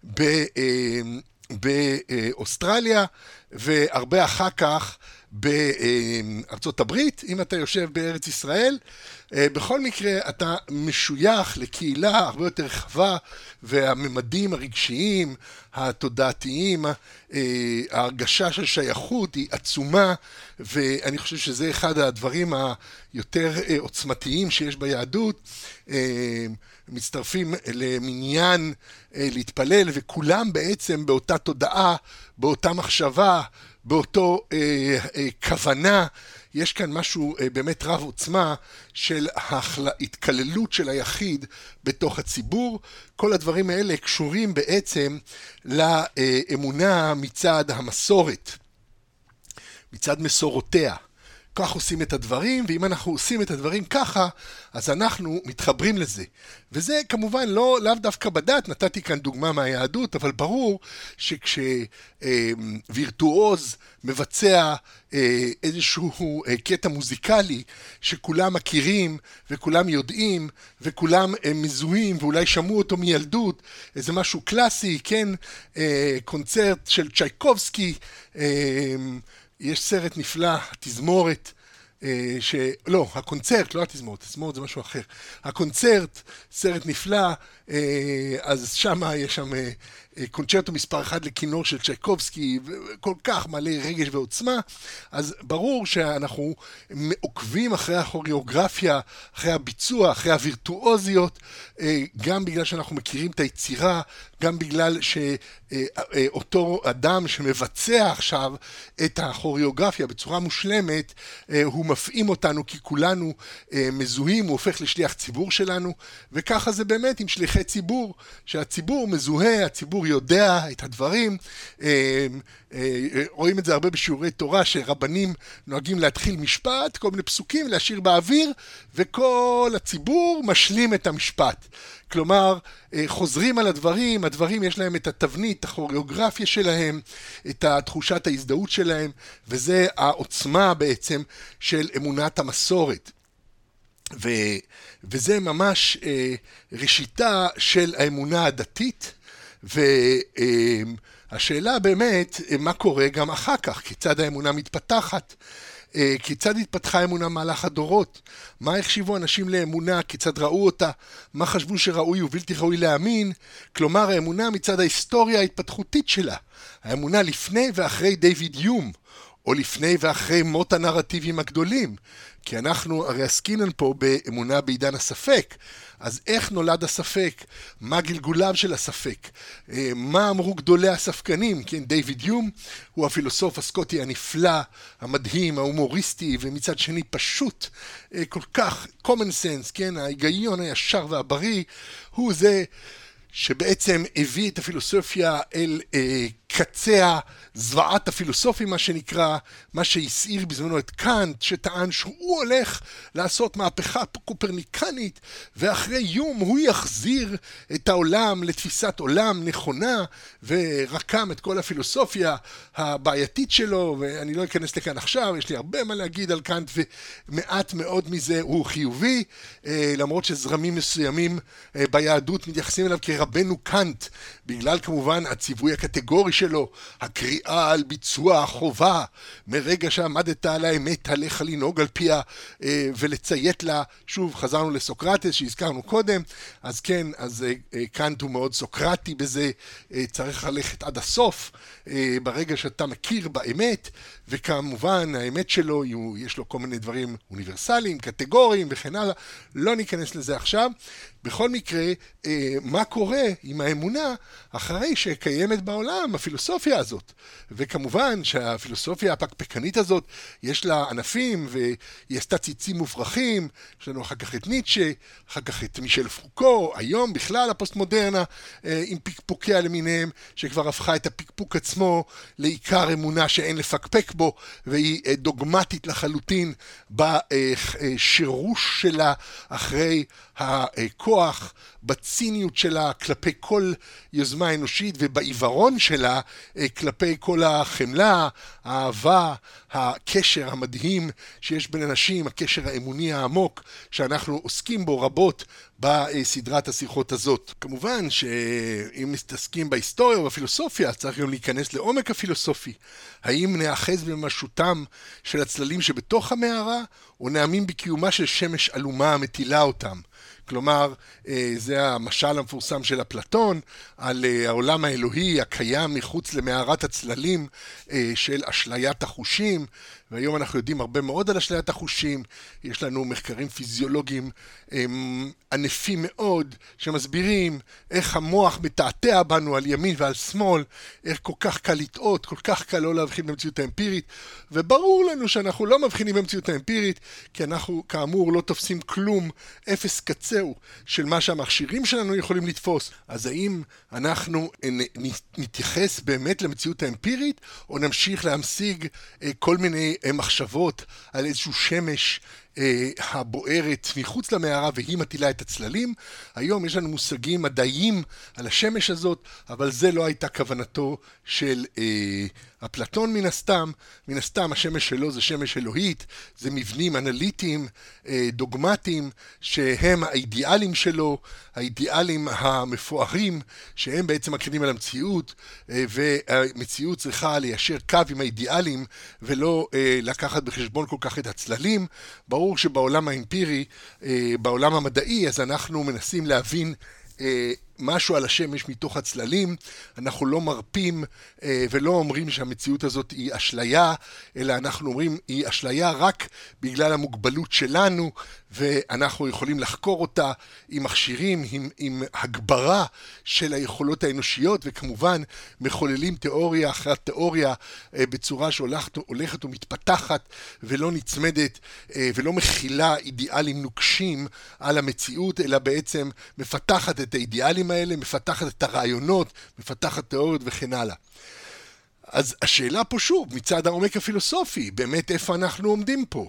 באוסטרליה, והרבה אחר כך בארצות הברית, אם אתה יושב בארץ ישראל. בכל מקרה, אתה משוייך לקהילה הרבה יותר רחבה, והממדים הרגשיים, התודעתיים, ההרגשה של שייכות היא עצומה, ואני חושב שזה אחד הדברים היותר עוצמתיים שיש ביהדות. מצטרפים למניין להתפלל, וכולם בעצם באותה תודעה, באותה מחשבה, באותו כוונה. יש כאן משהו באמת רב עוצמה של ההתקללות של היחיד בתוך הציבור. כל הדברים האלה קשורים בעצם לאמונה מצד המסורת, מצד מסורותיה. כך עושים את הדברים, ואם אנחנו עושים את הדברים ככה, אז אנחנו מתחברים לזה. וזה כמובן לאו דווקא בדת, נתתי כאן דוגמה מהיהדות, אבל ברור שכשווירטואוז מבצע איזשהו קטע מוזיקלי, שכולם מכירים וכולם יודעים, וכולם מזוהים, ואולי שמעו אותו מילדות, איזה משהו קלאסי, כן? קונצרט של צ'ייקובסקי, יש סרט נפלא, התזמורת, לא, הקונצרט, לא התזמורת, התזמורת זה משהו אחר. הקונצרט, סרט נפלא, אז שם יש שם קונצ'רטו מספר 1 לכינור של צ'ייקובסקי, כל כך מלא רגש ועוצמה, אז ברור שאנחנו עוקבים אחרי הכוריאוגרפיה, אחרי הביצוע, אחרי הווירטואוזיות, גם בגלל שאנחנו מכירים את היצירה, גם בגלל שאותו אדם שמבצע עכשיו את הכוריאוגרפיה בצורה מושלמת, הוא מפעים אותנו כי כולנו מזוהים, הוא הופך לשליח ציבור שלנו, וככה זה באמת עם שליחי ציבור, שהציבור מזוהה, הציבור יודע את הדברים, רואים את זה הרבה בשיעורי תורה, שרבנים נוהגים להתחיל משפט, כל מיני פסוקים, להשאיר באוויר, וכל הציבור משלים את המשפט. כלומר, חוזרים על הדברים, הדברים יש להם את התבנית, הכוריאוגרפיה שלהם, את תחושת ההזדהות שלהם, וזה העוצמה בעצם של אמונת המסורת. וזה ממש ראשיתה של האמונה הדתית, והשאלה באמת, מה קורה גם אחר כך, כיצד האמונה מתפתחת, כיצד התפתחה האמונה מהלך הדורות, מה החשיבו אנשים לאמונה, כיצד ראו אותה, מה חשבו שראוי ובלתי ראוי להאמין, כלומר האמונה מצד ההיסטוריה ההתפתחותית שלה, האמונה לפני ואחרי דיוויד יום, או לפני ואחרי מות הנרטיבים הגדולים, כי אנחנו הרי עסקינן פה באמונה בעידן הספק, אז איך נולד הספק? מה גלגוליו של הספק? מה אמרו גדולי הספקנים? כן, דיוויד יום הוא הפילוסוף הסקוטי הנפלא, המדהים, ההומוריסטי, ומצד שני פשוט, כל כך common sense, כן, ההיגיון הישר והבריא, הוא זה שבעצם הביא את הפילוסופיה אל קצה זוועת הפילוסופים, מה שנקרא, מה שהסעיר בזמנו את קאנט, שטען שהוא הולך לעשות מהפכה קופרניקנית, ואחרי יום הוא יחזיר את העולם לתפיסת עולם נכונה, ורקם את כל הפילוסופיה הבעייתית שלו, ואני לא אכנס לכאן עכשיו, יש לי הרבה מה להגיד על קאנט, ומעט מאוד מזה הוא חיובי, למרות שזרמים מסוימים ביהדות מתייחסים אליו כרבנו קאנט, בגלל כמובן הציווי הקטגורי שלו, הקריאה על ביצוע החובה, מרגע שעמדת על האמת עליך לנהוג על פיה ולציית לה. שוב, חזרנו לסוקרטס שהזכרנו קודם, אז כן, אז קאנט הוא מאוד סוקרטי בזה, צריך ללכת עד הסוף, ברגע שאתה מכיר באמת, וכמובן האמת שלו, יש לו כל מיני דברים אוניברסליים, קטגוריים וכן הלאה, לא ניכנס לזה עכשיו. בכל מקרה, מה קורה עם האמונה אחרי שקיימת בעולם הפילוסופיה הזאת? וכמובן שהפילוסופיה הפקפקנית הזאת יש לה ענפים והיא עשתה ציצים מופרכים, יש לנו אחר כך את ניטשה, אחר כך את מישל פוקו, היום בכלל הפוסט-מודרנה עם פקפוקיה למיניהם, שכבר הפכה את הפקפוק עצמו לעיקר אמונה שאין לפקפק בו, והיא דוגמטית לחלוטין בשירוש שלה אחרי הכוח, בציניות שלה כלפי כל יוזמה אנושית, ובעיוורון שלה כלפי כל החמלה, האהבה, הקשר המדהים שיש בין אנשים, הקשר האמוני העמוק שאנחנו עוסקים בו רבות בסדרת השיחות הזאת. כמובן שאם מתעסקים בהיסטוריה ובפילוסופיה, צריך גם להיכנס לעומק הפילוסופי. האם נאחז בממשותם של הצללים שבתוך המערה, או נאמין בקיומה של שמש אלומה המטילה אותם? כלומר, זה המשל המפורסם של אפלטון על העולם האלוהי הקיים מחוץ למערת הצללים של אשליית החושים, והיום אנחנו יודעים הרבה מאוד על אשליית החושים. יש לנו מחקרים פיזיולוגיים ענפים מאוד שמסבירים איך המוח מתעתע בנו על ימין ועל שמאל, איך כל כך קל לטעות, כל כך קל לא להבחין במציאות האמפירית, וברור לנו שאנחנו לא מבחינים במציאות האמפירית, כי אנחנו כאמור לא תופסים כלום, אפס קצהו של מה שהמכשירים שלנו יכולים לתפוס. אז האם אנחנו נתייחס באמת למציאות האמפירית, או נמשיך להמשיג כל מיני מחשבות על איזשהו שמש הבוערת מחוץ למערה והיא מטילה את הצללים? היום יש לנו מושגים מדעיים על השמש הזאת, אבל זה לא הייתה כוונתו של אפלטון מן הסתם. מן הסתם השמש שלו זה שמש אלוהית, זה מבנים אנליטיים, דוגמטיים, שהם האידיאלים שלו, האידיאלים המפוארים, שהם בעצם מקרינים על המציאות, והמציאות צריכה ליישר קו עם האידיאלים, ולא לקחת בחשבון כל כך את הצללים. ברור שבעולם האמפירי, בעולם המדעי, אז אנחנו מנסים להבין משהו על השמש מתוך הצללים, אנחנו לא מרפים ולא אומרים שהמציאות הזאת היא אשליה, אלא אנחנו אומרים היא אשליה רק בגלל המוגבלות שלנו, ואנחנו יכולים לחקור אותה עם מכשירים, עם הגברה של היכולות האנושיות, וכמובן מחוללים תיאוריה אחרי תיאוריה בצורה שהולכת ומתפתחת ולא נצמדת ולא מכילה אידיאלים נוקשים על המציאות, אלא בעצם מפתחת את האידיאלים האלה, מפתחת את הרעיונות, מפתחת תיאוריות וכן הלאה. אז השאלה פה שוב, מצד העומק הפילוסופי, באמת איפה אנחנו עומדים פה,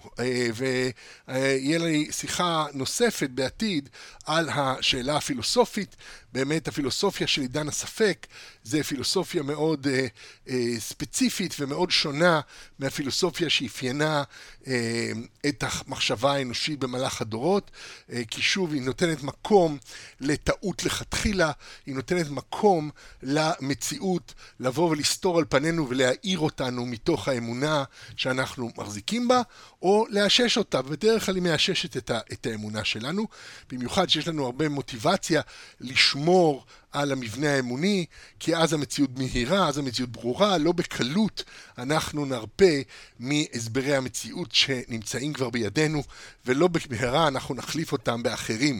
ויהיה לי שיחה נוספת בעתיד על השאלה הפילוסופית. באמת הפילוסופיה של עידן הספק זה פילוסופיה מאוד ספציפית ומאוד שונה מהפילוסופיה שאפיינה את המחשבה האנושית במהלך הדורות, כי שוב היא נותנת מקום לטעות לכתחילה, היא נותנת מקום למציאות לבוא ולסתור על פנינו ולהאיר אותנו מתוך האמונה שאנחנו מחזיקים בה, או לאשש אותה, ובדרך כלל היא מאששת את האמונה שלנו, במיוחד שיש לנו הרבה מוטיבציה לשמור על המבנה האמוני, כי אז המציאות מהירה, אז המציאות ברורה, לא בקלות אנחנו נרפה מהסברי המציאות שנמצאים כבר בידינו, ולא במהרה אנחנו נחליף אותם באחרים.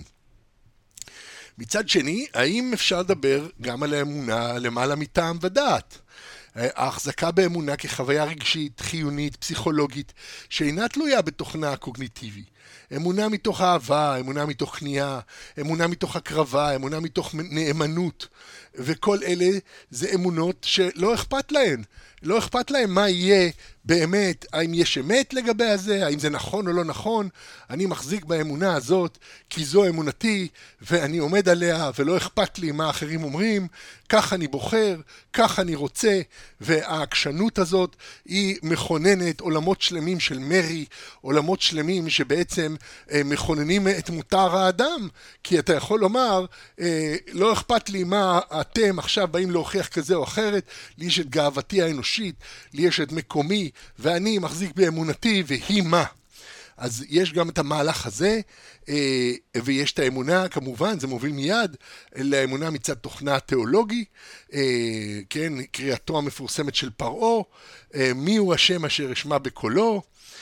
מצד שני, האם אפשר לדבר גם על האמונה למעלה מטעם ודעת? ההחזקה באמונה כחוויה רגשית, חיונית, פסיכולוגית, שאינה תלויה בתוכנה הקוגניטיבי. אמונה מתוך אהבה, אמונה מתוך כניעה, אמונה מתוך הקרבה, אמונה מתוך נאמנות, וכל אלה זה אמונות שלא אכפת להן. לא אכפת להם מה יהיה באמת, האם יש אמת לגבי הזה, האם זה נכון או לא נכון. אני מחזיק באמונה הזאת כי זו אמונתי ואני עומד עליה ולא אכפת לי מה אחרים אומרים, כך אני בוחר, כך אני רוצה, והעקשנות הזאת היא מכוננת עולמות שלמים של מרי, עולמות שלמים שבעצם מכוננים את מותר האדם, כי אתה יכול לומר, לא אכפת לי מה אתם עכשיו באים להוכיח כזה או אחרת, לי יש את גאוותי האנושית, לי יש את מקומי, ואני מחזיק באמונתי, והיא מה? אז יש גם את המהלך הזה, ויש את האמונה, כמובן, זה מוביל מיד לאמונה מצד תוכנה תיאולוגי, כן, קריאתו המפורסמת של פרעה, מי הוא השם אשר אשמע בקולו,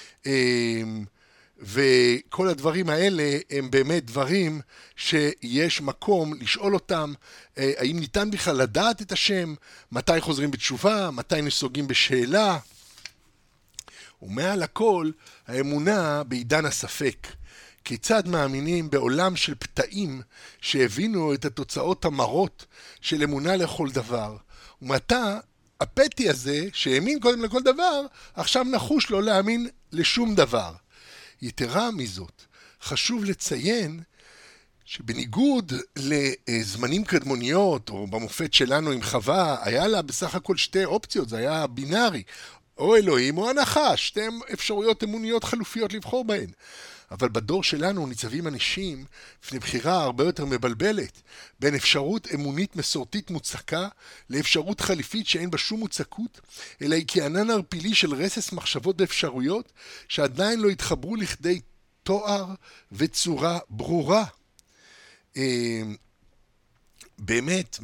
וכל הדברים האלה הם באמת דברים שיש מקום לשאול אותם, האם ניתן בכלל לדעת את השם, מתי חוזרים בתשובה, מתי נסוגים בשאלה, ומעל הכל האמונה בעידן הספק. כיצד מאמינים בעולם של פתאים שהבינו את התוצאות המרות של אמונה לכל דבר, ומתי הפתי הזה שהאמין קודם לכל דבר, עכשיו נחוש לא להאמין לשום דבר. יתרה מזאת, חשוב לציין שבניגוד לזמנים קדמוניות, או במופת שלנו עם חווה, היה לה בסך הכל שתי אופציות, זה היה בינארי, או אלוהים או הנחש, שתי אפשרויות אמוניות חלופיות לבחור בהן. אבל בדור שלנו ניצבים אנשים לפני בחירה הרבה יותר מבלבלת, בין אפשרות אמונית מסורתית מוצקה לאפשרות חליפית שאין בה שום מוצקות, אלא היא כענן ערפילי של רסס מחשבות ואפשרויות שעדיין לא התחברו לכדי תואר וצורה ברורה. באמת,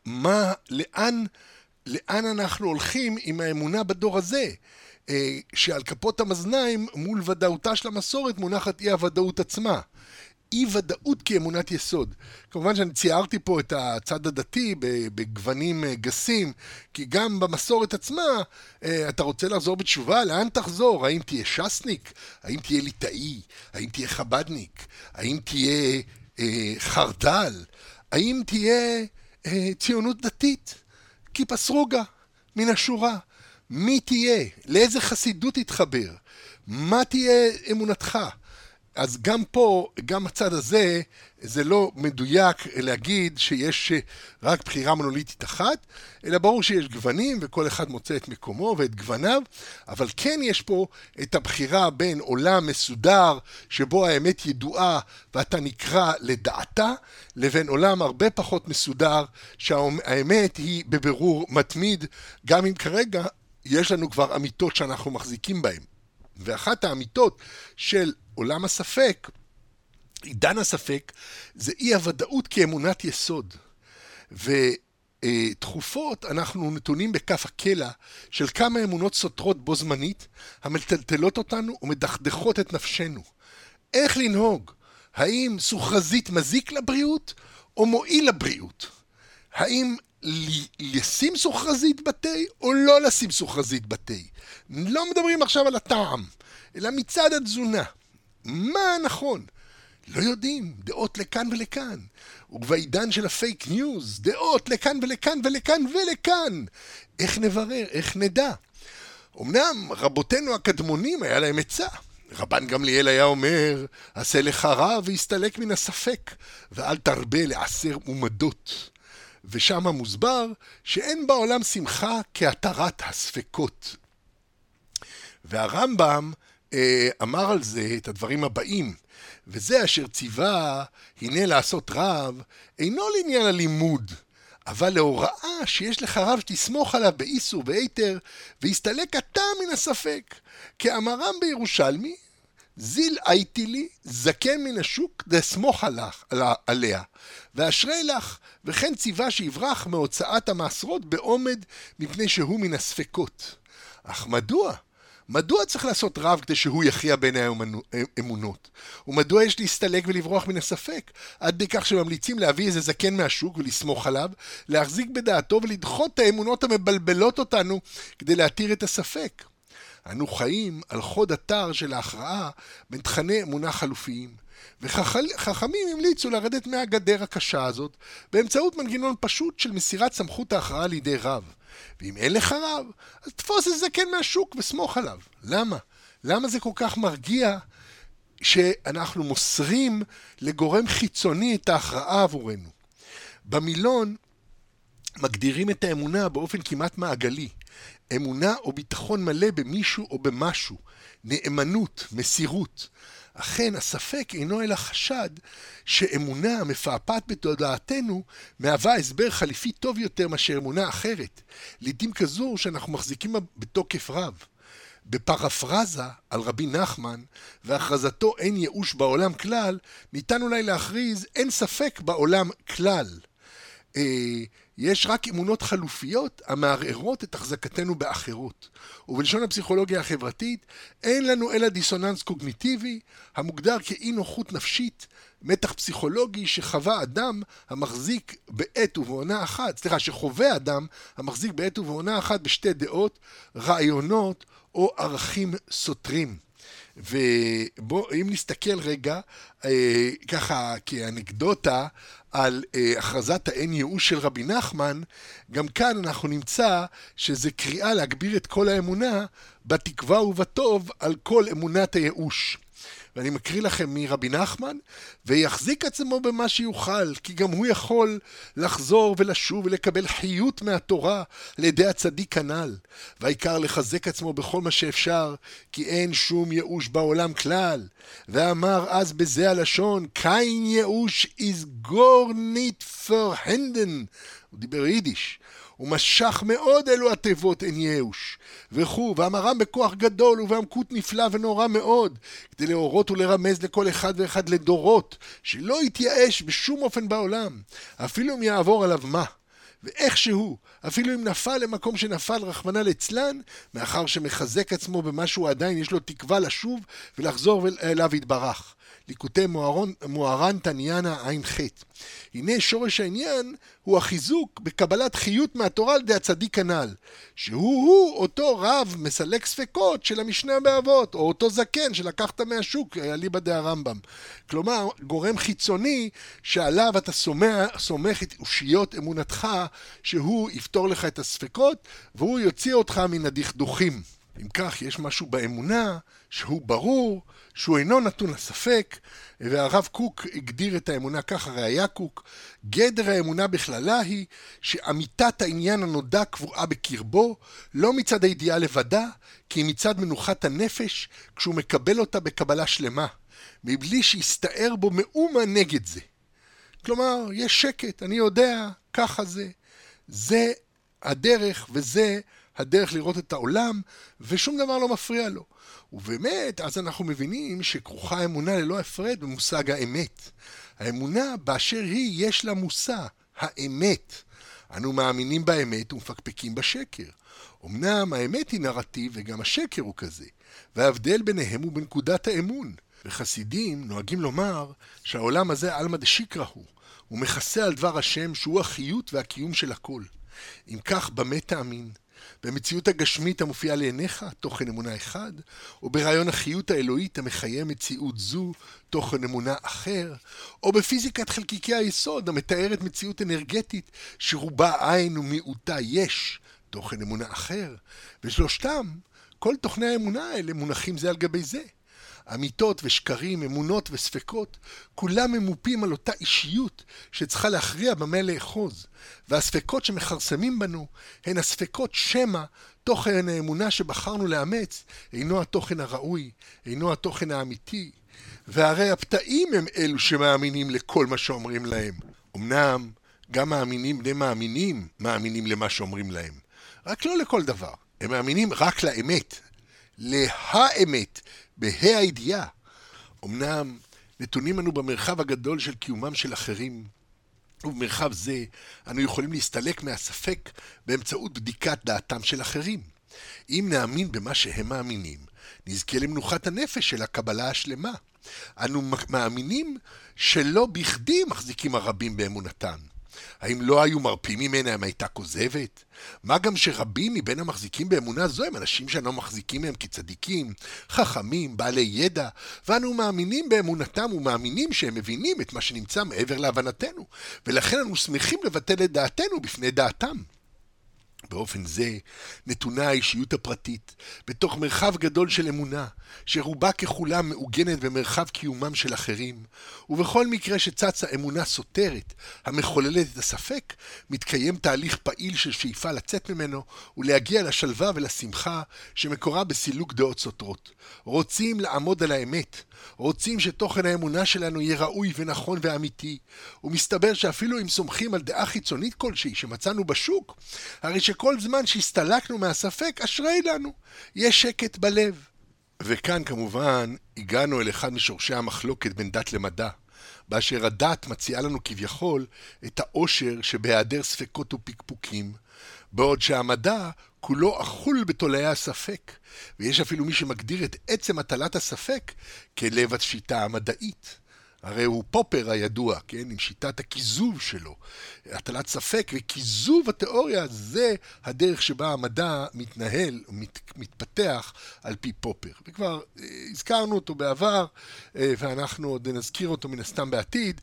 לאן אנחנו הולכים עם האמונה בדור הזה? שעל כפות המאזניים מול ודאותה של המסורת מונחת אי הוודאות עצמה. אי ודאות כאמונת יסוד. כמובן שאני ציירתי פה את הצד הדתי בגוונים גסים, כי גם במסורת עצמה אתה רוצה לחזור בתשובה, לאן תחזור? האם תהיה שסניק? האם תהיה ליטאי? האם תהיה חבדניק? האם תהיה חרדל? האם תהיה ציונות דתית? כיפה סרוגה מן השורה. מי תהיה? לאיזה חסידות תתחבר? מה תהיה אמונתך? אז גם פה, גם הצד הזה, זה לא מדויק להגיד שיש רק בחירה מונוליטית אחת, אלא ברור שיש גוונים וכל אחד מוצא את מקומו ואת גווניו, אבל כן יש פה את הבחירה בין עולם מסודר שבו האמת ידועה ואתה נקרא לדעתה, לבין עולם הרבה פחות מסודר שהאמת היא בבירור מתמיד, גם אם כרגע יש לנו כבר אמיתות שאנחנו מחזיקים בהן. ואחת האמיתות של עולם הספק, עידן הספק, זה אי הוודאות כאמונת יסוד. ותכופות אנחנו נתונים בכף הקלע של כמה אמונות סותרות בו זמנית, המטלטלות אותנו ומדכדכות את נפשנו. איך לנהוג? האם סוכרזית מזיק לבריאות או מועיל לבריאות? האם לשים סוכרזית בתה או לא לשים סוכרזית בתה? לא מדברים עכשיו על הטעם, אלא מצד התזונה. מה נכון? לא יודעים, דעות לכאן ולכאן. ובעידן של הפייק ניוז, דעות לכאן ולכאן ולכאן ולכאן. איך נברר? איך נדע? אמנם רבותינו הקדמונים היה להם עצה. רבן גמליאל היה אומר, עשה לך רע והסתלק מן הספק, ואל תרבה לעשר ומדות. ושם מוסבר שאין בעולם שמחה כהתרת הספקות. והרמב"ם אמר על זה את הדברים הבאים, וזה אשר ציווה, הנה לעשות רב, אינו לעניין הלימוד, אבל להוראה שיש לך רב שתסמוך עליו באיסור ואיתר, והסתלק אתה מן הספק. כאמרם בירושלמי, זיל הייתי לי, זקן מן השוק, דסמוך עליה, ואשרי לך, וכן ציווה שיברח מהוצאת המעשרות בעומד, מפני שהוא מן הספקות. אך מדוע? מדוע צריך לעשות רב כדי שהוא יכריע בין האמונות? ומדוע יש להסתלק ולברוח מן הספק? עד בכך שממליצים להביא איזה זקן מהשוק ולסמוך עליו, להחזיק בדעתו ולדחות את האמונות המבלבלות אותנו כדי להתיר את הספק. אנו חיים על חוד אתר של ההכרעה בין תכני אמונה חלופיים, וחכמים המליצו לרדת מהגדר הקשה הזאת באמצעות מנגנון פשוט של מסירת סמכות ההכרעה לידי רב. ואם אין לך רב, אז תפוס איזה זקן מהשוק וסמוך עליו. למה? למה זה כל כך מרגיע שאנחנו מוסרים לגורם חיצוני את ההכרעה עבורנו? במילון מגדירים את האמונה באופן כמעט מעגלי. אמונה או ביטחון מלא במישהו או במשהו, נאמנות, מסירות. אכן, הספק אינו אלא חשד שאמונה המפעפעת בתודעתנו מהווה הסבר חליפי טוב יותר מאשר אמונה אחרת, לעתים כזו שאנחנו מחזיקים בתוקף רב. בפרפרזה על רבי נחמן והכרזתו אין ייאוש בעולם כלל, ניתן אולי להכריז אין ספק בעולם כלל. יש רק אמונות חלופיות המערערות את החזקתנו באחרות. ובלשון הפסיכולוגיה החברתית, אין לנו אלא דיסוננס קוגניטיבי, המוגדר כאי נוחות נפשית, מתח פסיכולוגי שחווה אדם המחזיק בעת ובעונה אחת, שחווה אדם המחזיק בעת ובעונה אחת בשתי דעות, רעיונות או ערכים סותרים. ובוא, אם נסתכל רגע, ככה כאנקדוטה, על הכרזת האין ייאוש של רבי נחמן, גם כאן אנחנו נמצא שזה קריאה להגביר את כל האמונה בתקווה ובטוב על כל אמונת הייאוש. ואני מקריא לכם מרבי נחמן, ויחזיק עצמו במה שיוכל, כי גם הוא יכול לחזור ולשוב ולקבל חיות מהתורה על ידי הצדיק הנ"ל. והעיקר לחזק עצמו בכל מה שאפשר, כי אין שום ייאוש בעולם כלל. ואמר אז בזה הלשון, kein ייאוש is gar nicht vorhanden. הוא דיבר יידיש. הוא משך מאוד אלו התיבות אין ייאוש, וכו', ואמרם בכוח גדול ובעמקות נפלא ונורא מאוד, כדי להורות ולרמז לכל אחד ואחד לדורות, שלא יתייאש בשום אופן בעולם, אפילו אם יעבור עליו מה, ואיכשהו, אפילו אם נפל למקום שנפל רחמנא ליצלן, מאחר שמחזק עצמו במשהו עדיין יש לו תקווה לשוב ולחזור אליו יתברך. ליקוטי מוהר"ן תניאנה עין ח'. הנה שורש העניין הוא החיזוק בקבלת חיות מהתורה על ידי הצדיק הנ"ל, שהוא אותו רב מסלק ספקות של המשנה באבות, או אותו זקן שלקחת מהשוק, אליבא דהרמב"ם. כלומר, גורם חיצוני שעליו אתה סומך את אושיות אמונתך, שהוא יפתור לך את הספקות, והוא יוציא אותך מן הדכדוכים. אם כך, יש משהו באמונה שהוא ברור, שהוא אינו נתון לספק, והרב קוק הגדיר את האמונה ככה, ראיה קוק, גדר האמונה בכללה היא שאמיתת העניין הנודע קבועה בקרבו, לא מצד הידיעה לבדה, כי מצד מנוחת הנפש, כשהוא מקבל אותה בקבלה שלמה, מבלי שיסתער בו מאומה נגד זה. כלומר, יש שקט, אני יודע, ככה זה. זה הדרך וזה הדרך לראות את העולם, ושום דבר לא מפריע לו. ובאמת, אז אנחנו מבינים שכרוכה האמונה ללא הפרד במושג האמת. האמונה באשר היא יש לה מושא, האמת. אנו מאמינים באמת ומפקפקים בשקר. אמנם האמת היא נרטיב וגם השקר הוא כזה, וההבדל ביניהם הוא בנקודת האמון. וחסידים נוהגים לומר שהעולם הזה עלמא דשיקרא הוא מכסה על דבר השם שהוא החיות והקיום של הכל. אם כך, במה תאמין? במציאות הגשמית המופיעה לעיניך, תוכן אמונה אחד, או ברעיון החיות האלוהית המחיה מציאות זו, תוכן אמונה אחר, או בפיזיקת חלקיקי היסוד המתארת מציאות אנרגטית שרובה עין ומיעוטה יש, תוכן אמונה אחר, ושלושתם, כל תוכני האמונה האלה מונחים זה על גבי זה. אמיתות ושקרים, אמונות וספקות, כולם ממופים על אותה אישיות שצריכה להכריע במה לאחוז, והספקות שמחרסמים בנו הן הספקות שמה תוכן האמונה שבחרנו לאמץ אינו התוכן הראוי, אינו התוכן האמיתי, והרי הפתאים הם אלו שמאמינים לכל מה שאומרים להם. אמנם גם מאמינים בני מאמינים למה שאומרים להם, רק לא לכל דבר, הם מאמינים רק לאמת, להאמת, בה"א הידיעה. אמנם נתונים אנו במרחב הגדול של קיומם של אחרים, ובמרחב זה אנו יכולים להסתלק מהספק באמצעות בדיקת דעתם של אחרים. אם נאמין במה שהם מאמינים, נזכה למנוחת הנפש של הקבלה השלמה. אנו מאמינים שלא בכדי מחזיקים הרבים באמונתם. האם לא היו מרפים ממנה אם הייתה כוזבת? מה גם שרבים מבין המחזיקים באמונה זו הם אנשים שאנו מחזיקים מהם כצדיקים, חכמים, בעלי ידע, ואנו מאמינים באמונתם ומאמינים שהם מבינים את מה שנמצא מעבר להבנתנו, ולכן אנו שמחים לבטל את דעתנו בפני דעתם. באופן זה נתונה האישיות הפרטית בתוך מרחב גדול של אמונה, שרובה ככולה מעוגנת במרחב קיומם של אחרים, ובכל מקרה שצצה אמונה סותרת המחוללת את הספק, מתקיים תהליך פעיל של שאיפה לצאת ממנו ולהגיע לשלווה ולשמחה שמקורה בסילוק דעות סותרות. רוצים לעמוד על האמת, רוצים שתוכן האמונה שלנו יהיה ראוי ונכון ואמיתי, ומסתבר שאפילו אם סומכים על דעה חיצונית כלשהי שמצאנו בשוק, הרי שכל זמן שהסתלקנו מהספק, אשרי לנו, יש שקט בלב. וכאן כמובן הגענו אל אחד משורשי המחלוקת בין דת למדע, באשר הדת מציעה לנו כביכול את האושר שבהיעדר ספקות ופקפוקים, בעוד שהמדע כולו אכול בתולעי הספק, ויש אפילו מי שמגדיר את עצם הטלת הספק כלב השיטה המדעית. הרי הוא פופר הידוע, כן? עם שיטת הכיזוב שלו. הטלת ספק וכיזוב התיאוריה זה הדרך שבה המדע מתנהל ומתפתח על פי פופר. וכבר הזכרנו אותו בעבר, ואנחנו עוד נזכיר אותו מן הסתם בעתיד,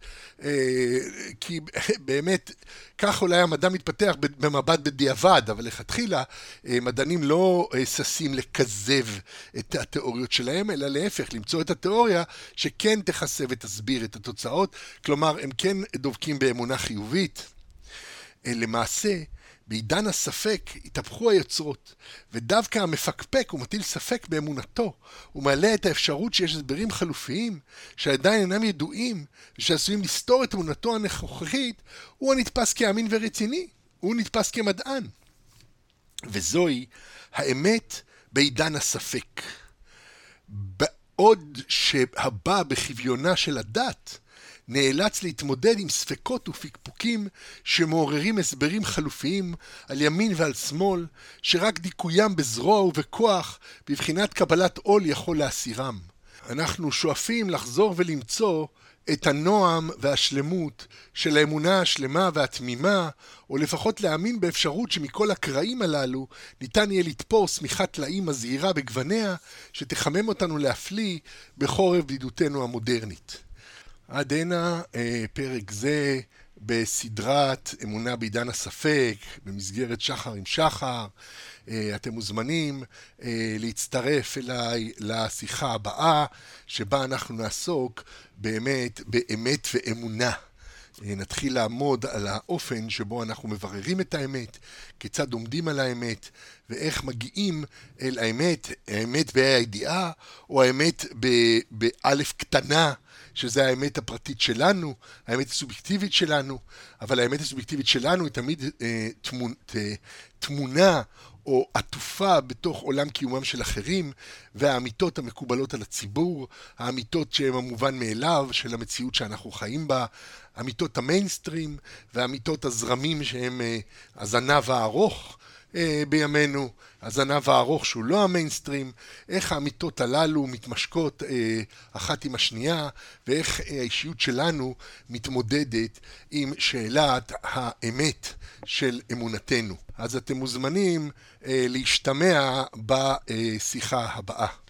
כי באמת כך אולי המדע מתפתח במבט בדיעבד, אבל לכתחילה מדענים לא ששים לכזב את התיאוריות שלהם, אלא להפך, למצוא את התיאוריה שכן תחשב ותסביר את התוצאות, כלומר הם כן דובקים באמונה חיובית. למעשה, בעידן הספק התהפכו היוצרות, ודווקא המפקפק ומטיל ספק באמונתו, ומעלה את האפשרות שיש הסברים חלופיים שעדיין אינם ידועים ושעשויים לסתור את אמונתו הנוכחית, הוא הנתפס כאמין ורציני, הוא נתפס כמדען. וזוהי האמת בעידן הספק. בעוד שהבא בחביונה של הדת, נאלץ להתמודד עם ספקות ופקפוקים שמעוררים הסברים חלופיים על ימין ועל שמאל, שרק דיכויים בזרוע ובכוח בבחינת קבלת עול יכול להסירם. אנחנו שואפים לחזור ולמצוא את הנועם והשלמות של האמונה השלמה והתמימה, או לפחות להאמין באפשרות שמכל הקרעים הללו ניתן יהיה לתפור שמיכת טלאים מזהירה בגווניה, שתחמם אותנו להפליא בחורף בדידותנו המודרנית. עד הנה פרק זה בסדרת אמונה בעידן הספק, במסגרת שחר עם שחר. אתם מוזמנים להצטרף אליי לשיחה הבאה, שבה אנחנו נעסוק באמת באמת ואמונה. נתחיל לעמוד על האופן שבו אנחנו מבררים את האמת, כיצד עומדים על האמת, ואיך מגיעים אל האמת, האמת בה"א הידיעה, או האמת באלף קטנה, שזה האמת הפרטית שלנו, האמת הסובייקטיבית שלנו, אבל האמת הסובייקטיבית שלנו היא תמיד תמונה או עטופה בתוך עולם קיומם של אחרים, והאמיתות המקובלות על הציבור, האמיתות שהן המובן מאליו של המציאות שאנחנו חיים בה, אמיתות המיינסטרים, ואמיתות הזרמים שהם הזנב הארוך בימינו, הזנב הארוך שהוא לא המיינסטרים, איך האמיתות הללו מתמשקות אחת עם השנייה, ואיך האישיות שלנו מתמודדת עם שאלת האמת של אמונתנו. אז אתם מוזמנים להשתמע בשיחה הבאה.